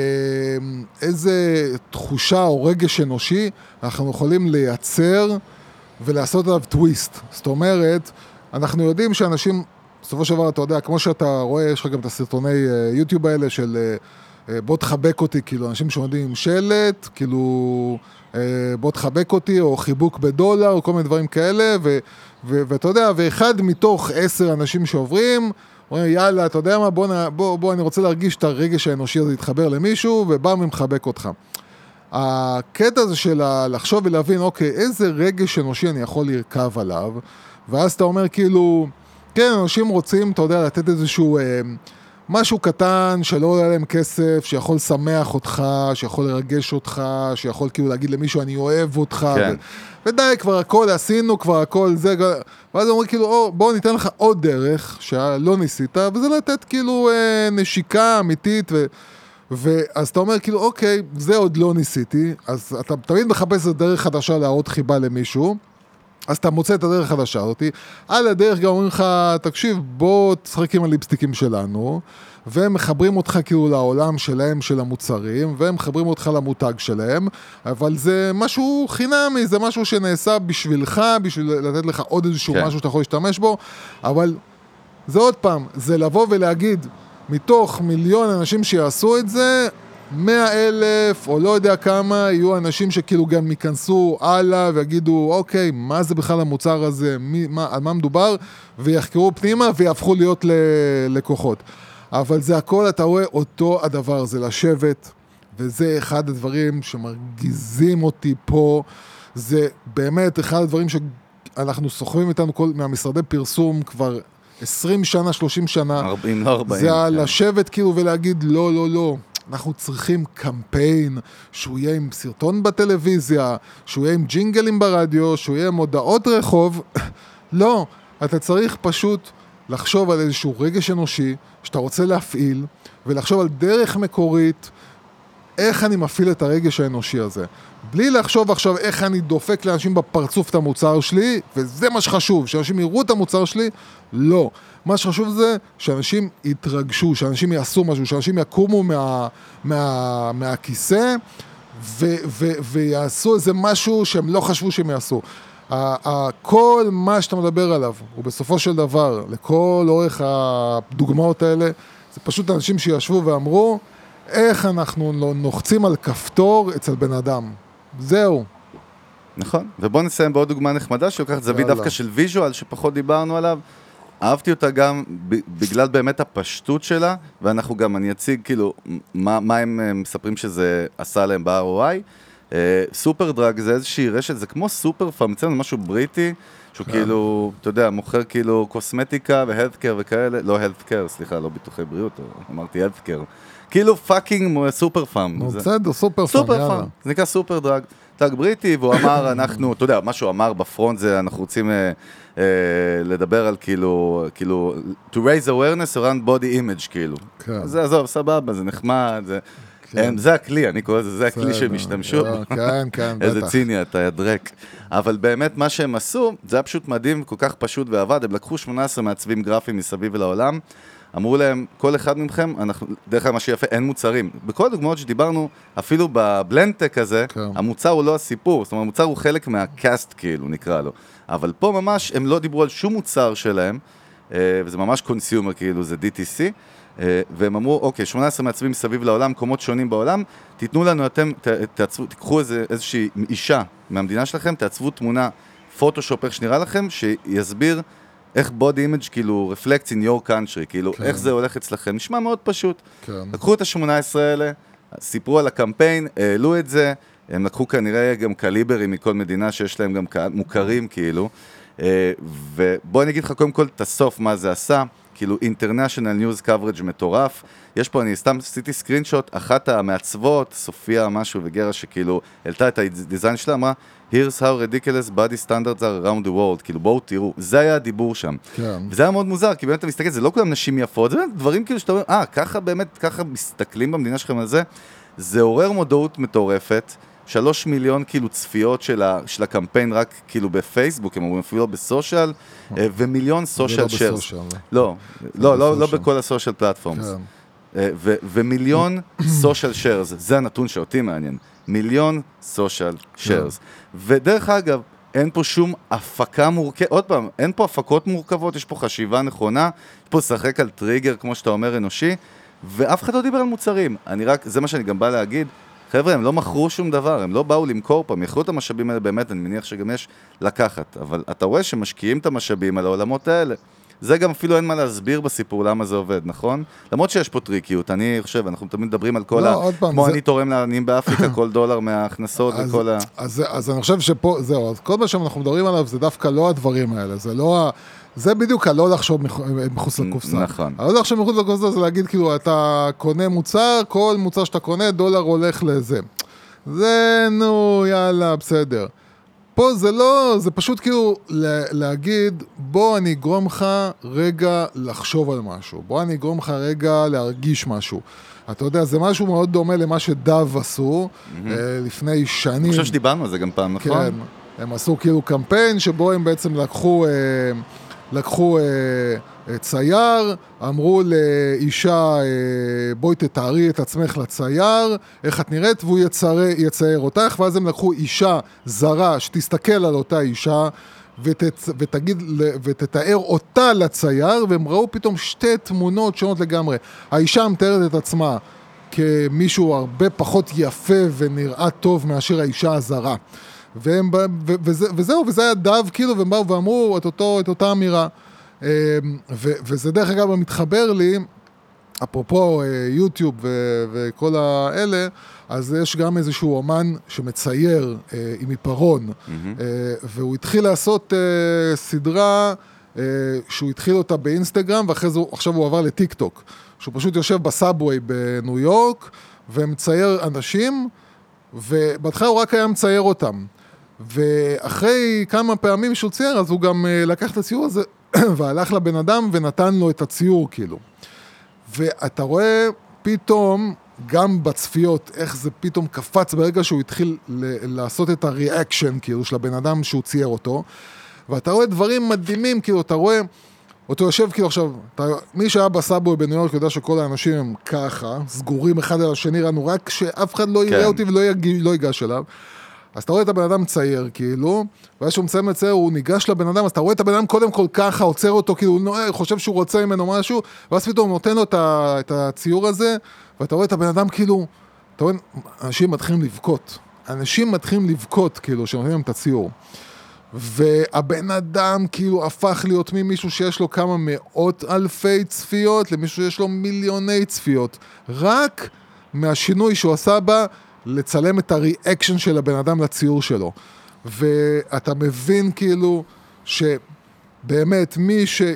איזה תחושה או רגש אנושי אנחנו יכולים לייצר ולעשות עליו טוויסט. זאת אומרת, אנחנו יודעים שאנשים, בסופו של דבר, אתה יודע, כמו שאתה רואה, יש לך גם את הסרטוני יוטיוב האלה של בוא תחבק אותי, כאילו, אנשים שעומדים עם שלט, כאילו, בוא תחבק אותי, או חיבוק בדולר, או כל מיני דברים כאלה, ו, ו, ואתה יודע, ואחד מתוך עשר אנשים שעוברים, אומרים, יאללה, אתה יודע מה, בוא, בוא, בוא, אני רוצה להרגיש את הרגש האנושי הזה להתחבר למישהו, ובא ומחבק אותך. הקטע הזה של לחשוב ולהבין, אוקיי, איזה רגש אנושי אני יכול לרכב עליו, ואז אתה אומר, כאילו, כן, אנשים רוצים, אתה יודע, לתת איזשהו, אה, משהו קטן שלא עולה להם כסף, שיכול לשמח אותך, שיכול לרגש אותך, שיכול כאילו להגיד למישהו, אני אוהב אותך, כן. ו- ודי, כבר הכל עשינו, כבר הכל זה, ואז אומרים כאילו, או, בוא ניתן לך עוד דרך, שלא ניסית, וזה לתת כאילו אה, נשיקה אמיתית, ו... ואז אתה אומר כאילו, אוקיי, זה עוד לא ניסיתי, אז אתה תמיד מחפש את דרך חדשה להראות חיבה למישהו, אז אתה מוצא את הדרך החדשה הזאת, על הדרך גם אומרים לך, תקשיב, בוא תשחק עם הליפסטיקים שלנו, והם מחברים אותך כאילו לעולם שלהם, של המוצרים, והם מחברים אותך למותג שלהם, אבל זה משהו חינמי, זה משהו שנעשה בשבילך, בשביל לתת לך עוד איזשהו כן. משהו שאתה יכול להשתמש בו, אבל זה עוד פעם, זה לבוא ולהגיד, מתוך מיליון אנשים שיעשו את זה, מאה אלף, או לא יודע כמה, יהיו אנשים שכאילו גם ייכנסו הלאה, ויגידו, אוקיי, מה זה בכלל המוצר הזה, מי, מה, על מה מדובר, ויחקרו פנימה, ויהפכו להיות ללקוחות. אבל זה הכל, אתה רואה אותו הדבר, זה לשבת, וזה אחד הדברים שמרגיזים אותי פה, זה באמת אחד הדברים ש... אנחנו סוחבים איתנו כל, מהמשרדי פרסום כבר עשרים שנה, שלושים שנה. ארבעים, לא ארבעים. זה על לשבת כאילו ולהגיד, לא, לא, לא. אנחנו צריכים קמפיין, שהוא יהיה עם סרטון בטלוויזיה, שהוא יהיה עם ג'ינגלים ברדיו, שהוא יהיה עם מודעות רחוב. לא, אתה צריך פשוט לחשוב על איזשהו רגש אנושי, שאתה רוצה להפעיל, ולחשוב על דרך מקורית, איך אני מפעיל את הרגש האנושי הזה. בלי לחשוב עכשיו איך אני דופק לאנשים בפרצוף את המוצר שלי, וזה מה שחשוב, שאנשים יראו את המוצר שלי, לא. מה שחשוב זה שאנשים יתרגשו, שאנשים יעשו משהו, שאנשים יקומו מה, מה, מהכיסא, ו, ו, ויעשו איזה משהו שהם לא חשבו שהם יעשו. כל מה שאתה מדבר עליו, הוא בסופו של דבר, לכל אורך הדוגמאות האלה, זה פשוט אנשים שישבו ואמרו, איך אנחנו נוחצים על כפתור אצל בן אדם. זהו. נכון, ובוא נסיים בעוד דוגמה נחמדה, שלוקחת זווית דווקא של ויז'ואל, שפחות דיברנו עליו. אהבתי אותה גם בגלל באמת הפשטות שלה, ואנחנו גם, אני אציג כאילו, מה, מה הם מספרים שזה עשה להם ב-אר או איי. סופר דרג זה איזושהי רשת, זה כמו סופר פארמצן, משהו בריטי, שהוא כאילו, אתה יודע, מוכר כאילו קוסמטיקה והלת'קר וכאלה, לא הלת'קר, סליחה, לא ביטוחי בריאות, אמרתי הלת'קר. כאילו פאקינג סופר פארם. נו, בסדר, סופר פארם, סופר פארם, זה נקרא סופר דרג. דרג בריטי, והוא אמר, אנחנו, אתה יודע, מה שהוא אמר בפרונט זה, אנחנו רוצים אה, אה, לדבר על כאילו, כאילו, to raise awareness around body image, כאילו. כן. זה, עזוב, סבבה, זה נחמד, זה... כן. זה הכלי, אני קורא לזה, זה הכלי שהם השתמשו. כן, כן, בטח. איזה ציני, אתה ידרק. אבל באמת מה שהם עשו, זה היה פשוט מדהים, כל כך פשוט ועבד. הם לקחו שמונה עשרה מעצבים גרפיים מסביב לעולם, אמרו להם, כל אחד מכם, אנחנו, דרך כלל מה שיפה, אין מוצרים. בכל הדוגמאות שדיברנו, אפילו בבלנדטק הזה, כן. המוצר הוא לא הסיפור, זאת אומרת, המוצר הוא חלק מהקאסט, כאילו, נקרא לו. אבל פה ממש, הם לא דיברו על שום מוצר שלהם, וזה ממש קונסיומר, כאילו, זה די טי סי, והם אמרו, אוקיי, שמונה עשרה מעצבים מסביב לעולם, מקומות שונים בעולם, תיתנו לנו, אתם, תעצבו, תיקחו איזה, איזושהי אישה מהמדינה שלכם, תעצבו תמונה, פוטושופ, איך שנראה לכם, שיסביר איך body image, כאילו, reflects in your country, כאילו, כן. איך זה הולך אצלכם, נשמע מאוד פשוט. כן. לקחו את ה-שמונה עשרה האלה, סיפרו על הקמפיין, העלו את זה, הם לקחו כנראה גם קליברים מכל מדינה שיש להם גם מוכרים, כאילו, ובוא אני אגיד לך קודם כל את הסוף מה זה עשה, כאילו International News Coverage מטורף, יש פה, אני סתם עשיתי סקרינשוט, אחת המעצבות, סופיה משהו וגרה שכאילו העלתה את הדיזיין שלה, אמרה, Here's how ridiculous body standards are around the world, כאילו בואו תראו, זה היה הדיבור שם. כן. וזה היה מאוד מוזר, כי באמת אתה מסתכל, זה לא כולם נשים יפות, זה באמת דברים כאילו שאתה אומר, אה, ככה באמת, ככה מסתכלים במדינה שלכם על זה, זה עורר מודעות מטורפת, שלוש מיליון כאילו צפיות של, ה, של הקמפיין רק כאילו בפייסבוק, הם אומרים אפילו לא בסושיאל, ומיליון סושיאל שיירס. לא, לא, לא, לא בכל הסושיאל פלטפורמס. ומיליון סושיאל שיירס, זה הנתון שאותי מעניין. מיליון סושיאל שיירס. ודרך אגב, אין פה שום הפקה מורכבת, עוד פעם, אין פה הפקות מורכבות, יש פה חשיבה נכונה, יש פה שחק על טריגר, כמו שאתה אומר, אנושי, ואף אחד לא דיבר על מוצרים. אני רק, זה מה שאני גם בא להגיד, חבר'ה, הם לא מכרו שום דבר, הם לא באו למכור פעם, יכלו את המשאבים האלה באמת, אני מניח שגם יש לקחת, אבל אתה רואה שמשקיעים את המשאבים על העולמות האלה. זה גם אפילו אין מה להסביר בסיפור למה זה עובד, נכון? למרות שיש פה טריקיות, אני חושב, אנחנו תמיד מדברים על כל לא, ה... פעם, כמו זה... אני תורם לעניים באפריקה, כל דולר מההכנסות אז, וכל ה... אז, אז אני חושב שפה, זהו, אז כל מה שאנחנו מדברים עליו זה דווקא לא הדברים האלה, זה לא ה... זה בדיוק הלא לחשוב מחוץ לקופסה. נכון. הלא לחשוב מחוץ לקופסה זה להגיד כאילו, אתה קונה מוצר, כל מוצר שאתה קונה, דולר הולך לזה. זה, נו, יאללה, בסדר. פה זה לא, זה פשוט כאילו להגיד, בוא אני אגרום לך רגע לחשוב על משהו. בוא אני אגרום לך רגע להרגיש משהו. אתה יודע, זה משהו מאוד דומה למה שדב עשו לפני שנים. אני חושב שדיברנו על זה גם פעם, נכון? כן. הם עשו כאילו קמפיין שבו הם בעצם לקחו... לקחו אה, צייר, אמרו לאישה, אה, בואי תתארי את עצמך לצייר, איך את נראית, והוא יצייר, יצייר אותך, ואז הם לקחו אישה זרה שתסתכל על אותה אישה, ות, ותגיד, ותתאר אותה לצייר, והם ראו פתאום שתי תמונות שונות לגמרי. האישה מתארת את עצמה כמישהו הרבה פחות יפה ונראה טוב מאשר האישה הזרה. והם, ו, וזה, וזהו, וזה היה דב, כאילו, והם באו ואמרו את, אותו, את אותה אמירה. ו, וזה דרך אגב מתחבר לי אפרופו יוטיוב וכל האלה, אז יש גם איזשהו אומן שמצייר עם עיפרון, והוא התחיל לעשות סדרה שהוא התחיל אותה באינסטגרם, ואחרי זה עכשיו הוא עבר לטיק טוק, שהוא פשוט יושב בסאבווי בניו יורק, ומצייר אנשים, ובהתחלה הוא רק היה מצייר אותם. ואחרי כמה פעמים שהוא צייר, אז הוא גם לקח את הציור הזה, והלך לבן אדם ונתן לו את הציור, כאילו. ואתה רואה פתאום, גם בצפיות, איך זה פתאום קפץ ברגע שהוא התחיל ל- לעשות את הריאקשן, כאילו, של הבן אדם שהוא צייר אותו, ואתה רואה דברים מדהימים, כאילו, אתה רואה, אותו יושב, כאילו, עכשיו, אתה, מי שהיה בסאבווי בניו יורק יודע שכל האנשים הם ככה, סגורים אחד על השני, ראינו רק שאף אחד לא יראה אותי ולא יג, לא ייגש אליו, אז אתה רואה את הבן אדם צייר, כאילו, ואז שהוא מסיים לצייר, הוא ניגש לבן אדם, אז אתה רואה את הבן אדם קודם כל ככה, עוצר אותו, כאילו, הוא חושב שהוא רוצה ממנו משהו, ואז פתאום הוא נותן לו את הציור הזה, ואתה רואה את הבן אדם, כאילו, אתה רואה, אנשים מתחילים לבכות, אנשים מתחילים לבכות, כאילו, שנותנים להם את הציור. והבן אדם, כאילו, הפך להיות ממישהו שיש לו כמה מאות אלפי צפיות, למישהו שיש לו מיליוני צפיות, רק מהשינוי שהוא עשה בה, לצלם את הריאקשן של הבן אדם לציור שלו. ואתה מבין כאילו שבאמת מי ש...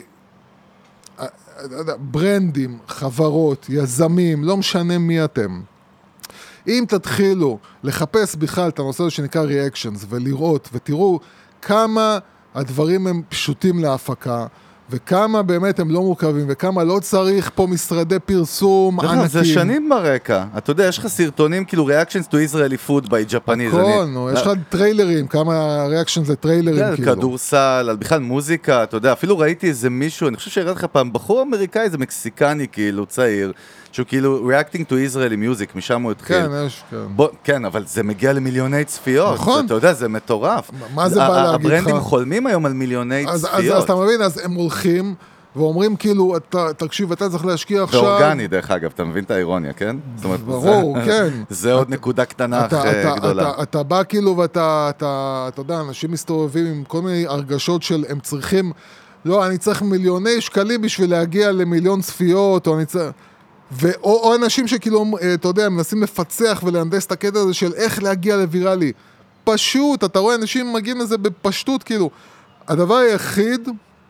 ברנדים, חברות, יזמים, לא משנה מי אתם. אם תתחילו לחפש בכלל את הנושא הזה שנקרא ריאקשנס ולראות ותראו כמה הדברים הם פשוטים להפקה, וכמה באמת הם לא מורכבים, וכמה לא צריך פה משרדי פרסום ענקים. זה שנים ברקע. אתה יודע, יש לך סרטונים, כאילו, reactions to Israeli food by Japanese. הכל, נו, יש לך טריילרים, כמה reactions זה טריילרים, כאילו. כדורסל, על בכלל מוזיקה, אתה יודע, אפילו ראיתי איזה מישהו, אני חושב שהראיתי לך פעם, בחור אמריקאי, איזה מקסיקני, כאילו, צעיר, שהוא כאילו, reacting to Israeli music, משם הוא התחיל. כן, יש, כן. בוא, כן, אבל זה מגיע למיליוני צפיות. נכון. אתה יודע, זה מטורף. מה זה בא להגיד לך? הברנדים חולמים היום על מיליוני אז, צפיות. אז, אז אתה מבין, אז הם הולכים, ואומרים כאילו, אתה, תקשיב, אתה צריך להשקיע עכשיו... ואורגני, דרך אגב, אתה מבין את האירוניה, כן? ברור, כן. זה עוד נקודה קטנה גדולה. אתה בא כאילו, ואתה, אתה יודע, אנשים מסתובבים עם כל מיני הרגשות של, הם צריכים, לא, אני צריך מיליוני שקלים בשביל להגיע למיליון צפיות, או אני צריך... או אנשים שכאילו, אתה יודע, מנסים לפצח ולהנדס את הקטע הזה של איך להגיע לוויראלי. פשוט, אתה רואה אנשים מגיעים לזה בפשטות, כאילו. הדבר היחיד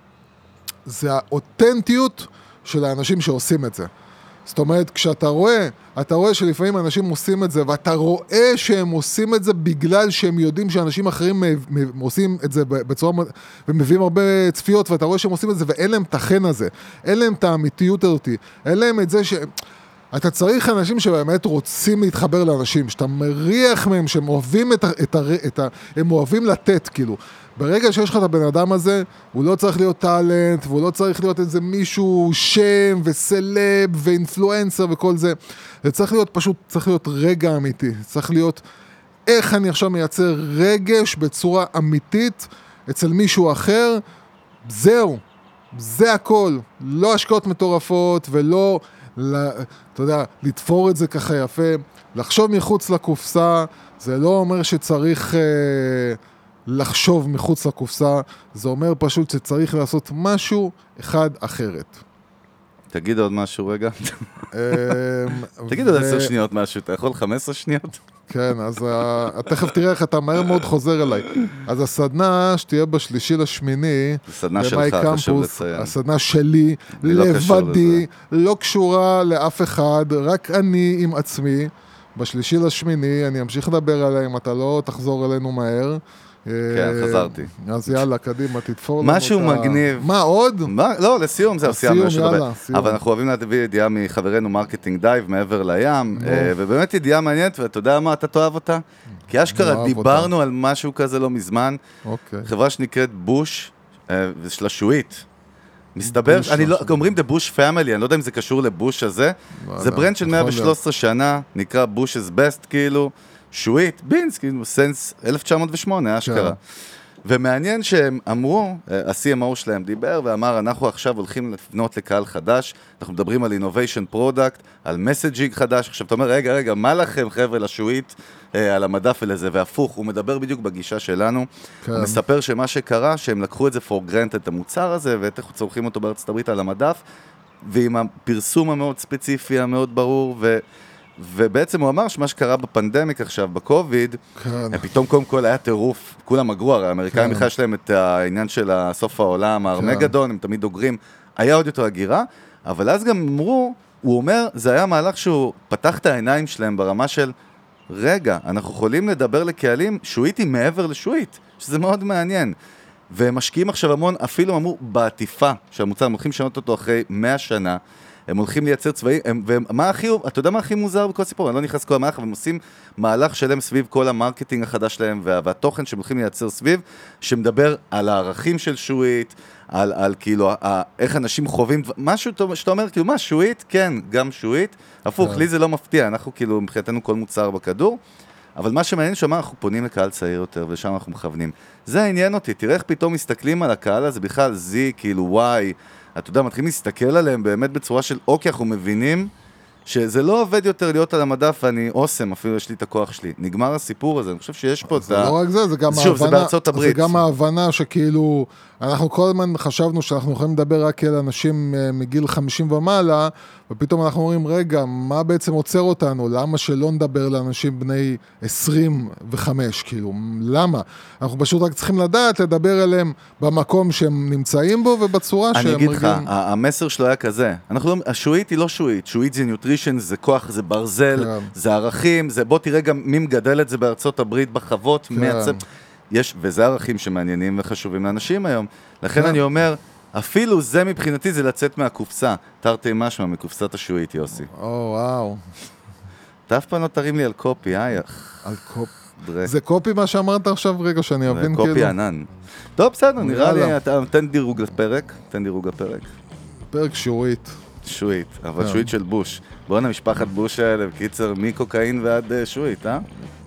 זה האותנטיות של האנשים שעושים את זה. זאת אומרת, כשאתה רואה, אתה רואה שלפעמים אנשים עושים את זה, ואתה רואה שהם עושים את זה בגלל שהם יודעים שאנשים אחרים עושים את זה בצורה, ומביאים הרבה צפיות, ואתה רואה שהם עושים את זה, ואין להם את החן הזה, אין להם את האמיתיות הזאת, אין להם את זה ש... אתה צריך אנשים שבאמת רוצים להתחבר לאנשים, שאתה מריח מהם, שהם אוהבים את ה... את ה... את ה... הם אוהבים לתת, כאילו. ברגע שיש לך את הבן אדם הזה, הוא לא צריך להיות טלנט, והוא לא צריך להיות איזה מישהו שם וסלב ואינפלואנסר וכל זה. זה צריך להיות פשוט, צריך להיות רגע אמיתי. צריך להיות איך אני עכשיו מייצר רגש בצורה אמיתית אצל מישהו אחר. זהו, זה הכל. לא השקעות מטורפות ולא, אתה יודע, לתפור את זה ככה יפה. לחשוב מחוץ לקופסה, זה לא אומר שצריך... לחשוב מחוץ לקופסה, זה אומר פשוט שצריך לעשות משהו אחד אחרת. תגיד עוד משהו רגע. תגיד עוד עשר שניות משהו, אתה יכול חמש עשרה שניות? כן, אז תכף תראה איך אתה מהר מאוד חוזר אליי. אז הסדנה שתהיה בשלישי לשמיני, הסדנה שלך, חשוב לציין. הסדנה שלי, לבדי, לא קשורה לאף אחד, רק אני עם עצמי. בשלישי לשמיני, אני אמשיך לדבר עליי, אם אתה לא תחזור אלינו מהר. כן, חזרתי. אז יאללה, קדימה, תתפור לנו. משהו מגניב. מה, עוד? לא, לסיום, זהו, סיימנו. יאללה, סיום. אבל אנחנו אוהבים להביא ידיעה מחברנו מרקטינג דייב, מעבר לים, ובאמת ידיעה מעניינת, ואתה יודע מה, אתה תאהב אותה? כי אשכרה דיברנו על משהו כזה לא מזמן, חברה שנקראת בוש, של השועית. מסתבר, אומרים The Bush Family, אני לא יודע אם זה קשור לבוש הזה, זה ברנד של מאה ושלוש עשרה שנה, נקרא Bush's Best, כאילו, שועית, בינס, כאילו, סנס אלף תשע מאות ושמונה, אשכרה. ומעניין שהם אמרו, ה-סי אם או שלהם דיבר ואמר, אנחנו עכשיו הולכים לפנות לקהל חדש, אנחנו מדברים על Innovation Product, על Messaging חדש, עכשיו אתה אומר, רגע, רגע, מה לכם חבר'ה לשועית על המדף ולזה, והפוך, הוא מדבר בדיוק בגישה שלנו, הוא מספר שמה שקרה, שהם לקחו את זה for granted, את המוצר הזה, ואיך צורכים אותו בארצות הברית על המדף, ועם הפרסום המאוד ספציפי, המאוד ברור, ו... ובעצם הוא אמר שמה שקרה בפנדמיק עכשיו, בקוביד, כן. פתאום קודם כל היה טירוף, כולם אגרו, הרי האמריקאים כן. בכלל יש להם את העניין של סוף העולם, הארמגדון, הם תמיד אוגרים, היה עוד יותר הגירה, אבל אז גם אמרו, הוא אומר, זה היה מהלך שהוא פתח את העיניים שלהם ברמה של, רגע, אנחנו יכולים לדבר לקהלים שועיתי מעבר לשועית, שזה מאוד מעניין. והם משקיעים עכשיו המון, אפילו אמרו, בעטיפה של המוצר, הם הולכים לשנות אותו אחרי מאה שנה, הם הולכים לייצר צבעים, הם, ומה הכי, אתה יודע מה הכי מוזר בכל סיפור? אני לא נכנס כל המהלך, אבל הם עושים מהלך שלם סביב כל המרקטינג החדש שלהם, וה, והתוכן שהם הולכים לייצר סביב, שמדבר על הערכים של שועית, על, על כאילו, ה, איך אנשים חווים, משהו שאתה אומר, כאילו, מה, שועית? כן, גם שועית. הפוך, לי זה לא מפתיע, אנחנו כאילו, מבחינתנו כל מוצר בכדור, אבל מה שמעניין שמה, אנחנו פונים לקהל צעיר יותר, ושם אנחנו מכוונים. זה העניין אותי, תראה איך פתאום מסתכלים על הקהל הזה, בכלל Z, כאילו Y, אתה יודע, מתחילים להסתכל עליהם באמת בצורה של, אוקיי, אנחנו מבינים שזה לא עובד יותר להיות על המדף, ואני אוסם, אפילו יש לי את הכוח שלי. נגמר הסיפור הזה, אני חושב שיש פה את ה... זה לא רק זה, זה גם שוב, ההבנה, זה בארצות הברית. זה גם ההבנה שכאילו, אנחנו כל הזמן חשבנו שאנחנו יכולים לדבר רק על אנשים מגיל חמישים ומעלה, ופתאום אנחנו אומרים, רגע, מה בעצם עוצר אותנו? למה שלא נדבר לאנשים בני עשרים וחמש? כאילו, למה? אנחנו פשוט רק צריכים לדעת לדבר אליהם במקום שהם נמצאים בו, ובצורה שהם... אני אגיד לך, מרגיעים... המסר שלו היה כזה, אנחנו לא... השועית היא לא שועית, שועית זה ניוטרישן, זה כוח, זה ברזל, כן. זה ערכים, זה בוא תראה גם מי מגדל את זה בארצות הברית בחוות, כן. מעצב... יש, וזה ערכים שמעניינים וחשובים לאנשים היום. לכן כן. אני אומר, אפילו זה מבחינתי זה לצאת מהקופסה. תרתי משמע מקופסת השועית, יוסי. או, וואו. אתה אף פעם לא תרים לי על קופי, אה? על קופ... דרק. זה קופי מה שאמרת עכשיו, רגע, שאני אבין כאילו... זה קופי ענן. טוב, בסדר, נראה לי, יאללה. אתה תן דירוג לפרק, תן דירוג לפרק. פרק שועית. שועית, אבל כן. שועית של בוש. בואו משפחת בוש האלה, בקיצר, מקוקאין ועד אה, שועית, אה?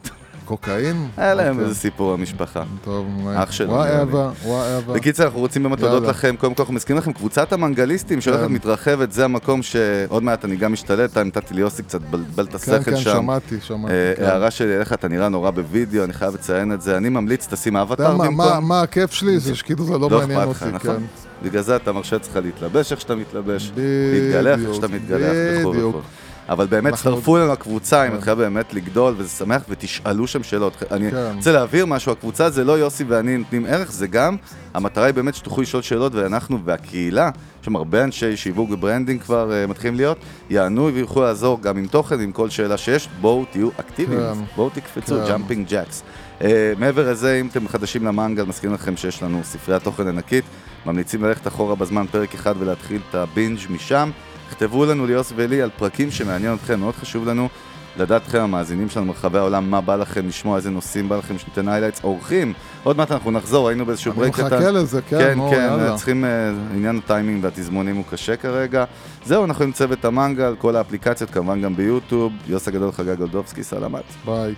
קוקאין? היה להם אוקיי. איזה סיפור המשפחה. טוב, אח שלו. וואבה, וואבה. בקיצר, אנחנו רוצים באמת להודות יאללה. לכם, קודם כל אנחנו מזכירים לכם, קבוצת המנגליסטים שהולכת כן. מתרחבת, זה המקום שעוד מעט אני גם משתלט, נתתי לי יוסי קצת בלבל את כן, השכל כן, שם. שמעתי, שמעתי. אה, כן. הערה שלי אליך, אתה נראה נורא בווידאו, אני חייב לציין את זה, אני ממליץ, תשים אתה אבטר יודע מה- מה- במקום. מה הכיף שלי? זה שכאילו זה לא מעניין אכפת לך, אותי, נכון? כן. בגלל זה אתה מרשה לך להתלבש איך שאתה מתלבש, בדיוק, להתגלח איך שאתה מתגלח וכו' בדיוק. וכו'. אבל באמת, אנחנו- הצטרפו לנו לקבוצה, היא כן. מתחילה באמת לגדול, וזה שמח, ותשאלו שם שאלות. אני כן. רוצה להעביר משהו, הקבוצה זה לא יוסי ואני נותנים ערך, זה גם, המטרה היא באמת שתוכלו לשאול שאלות, ואנחנו והקהילה, יש שם הרבה אנשי שיווק וברנדינג כבר uh, מתחילים להיות, יענו ויוכלו לעזור גם עם תוכן, עם כל שאלה שיש, בואו תהיו אקטיביים, כן. בואו תקפצו, כן. ג'אמפינג ג'קס. Uh, מעבר לזה, אם אתם חדשים למנגל, מזכירים לכם שיש לנו ספריית תוכן ענקית, ממליצים ללכת אחורה בזמן פרק אחד ולהתחיל את הבינג' משם. כתבו לנו ליוס ולי על פרקים שמעניין אתכם, מאוד חשוב לנו לדעת אתכם המאזינים שלנו מרחבי העולם, מה בא לכם לשמוע, איזה נושאים בא לכם, שניתן היילייטס, אורחים, עוד מעט אנחנו נחזור, היינו באיזשהו אני ברייק קטן. מחכה לזה, כן, כן, נו, כן, יאללה. צריכים, עניין הטיימינג והתזמונים הוא קשה כרגע. זהו, אנחנו עם צוות המנגל, כל האפליקציות, כמובן גם ביוטיוב, יוס הגדול חגג גולדובסקי, סלמת. ביי.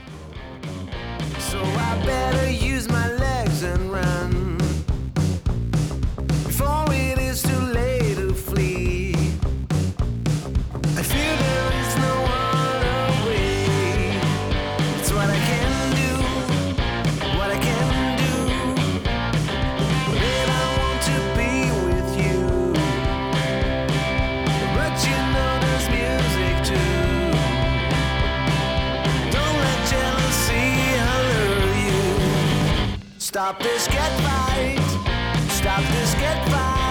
So I better use my legs and run before it is too late to flee. I feel there is no other way. It's what I can do, what I can do. But I want to be with you. But you know there's music too. Don't let jealousy allure you. Stop this, get right. Stop this, get right.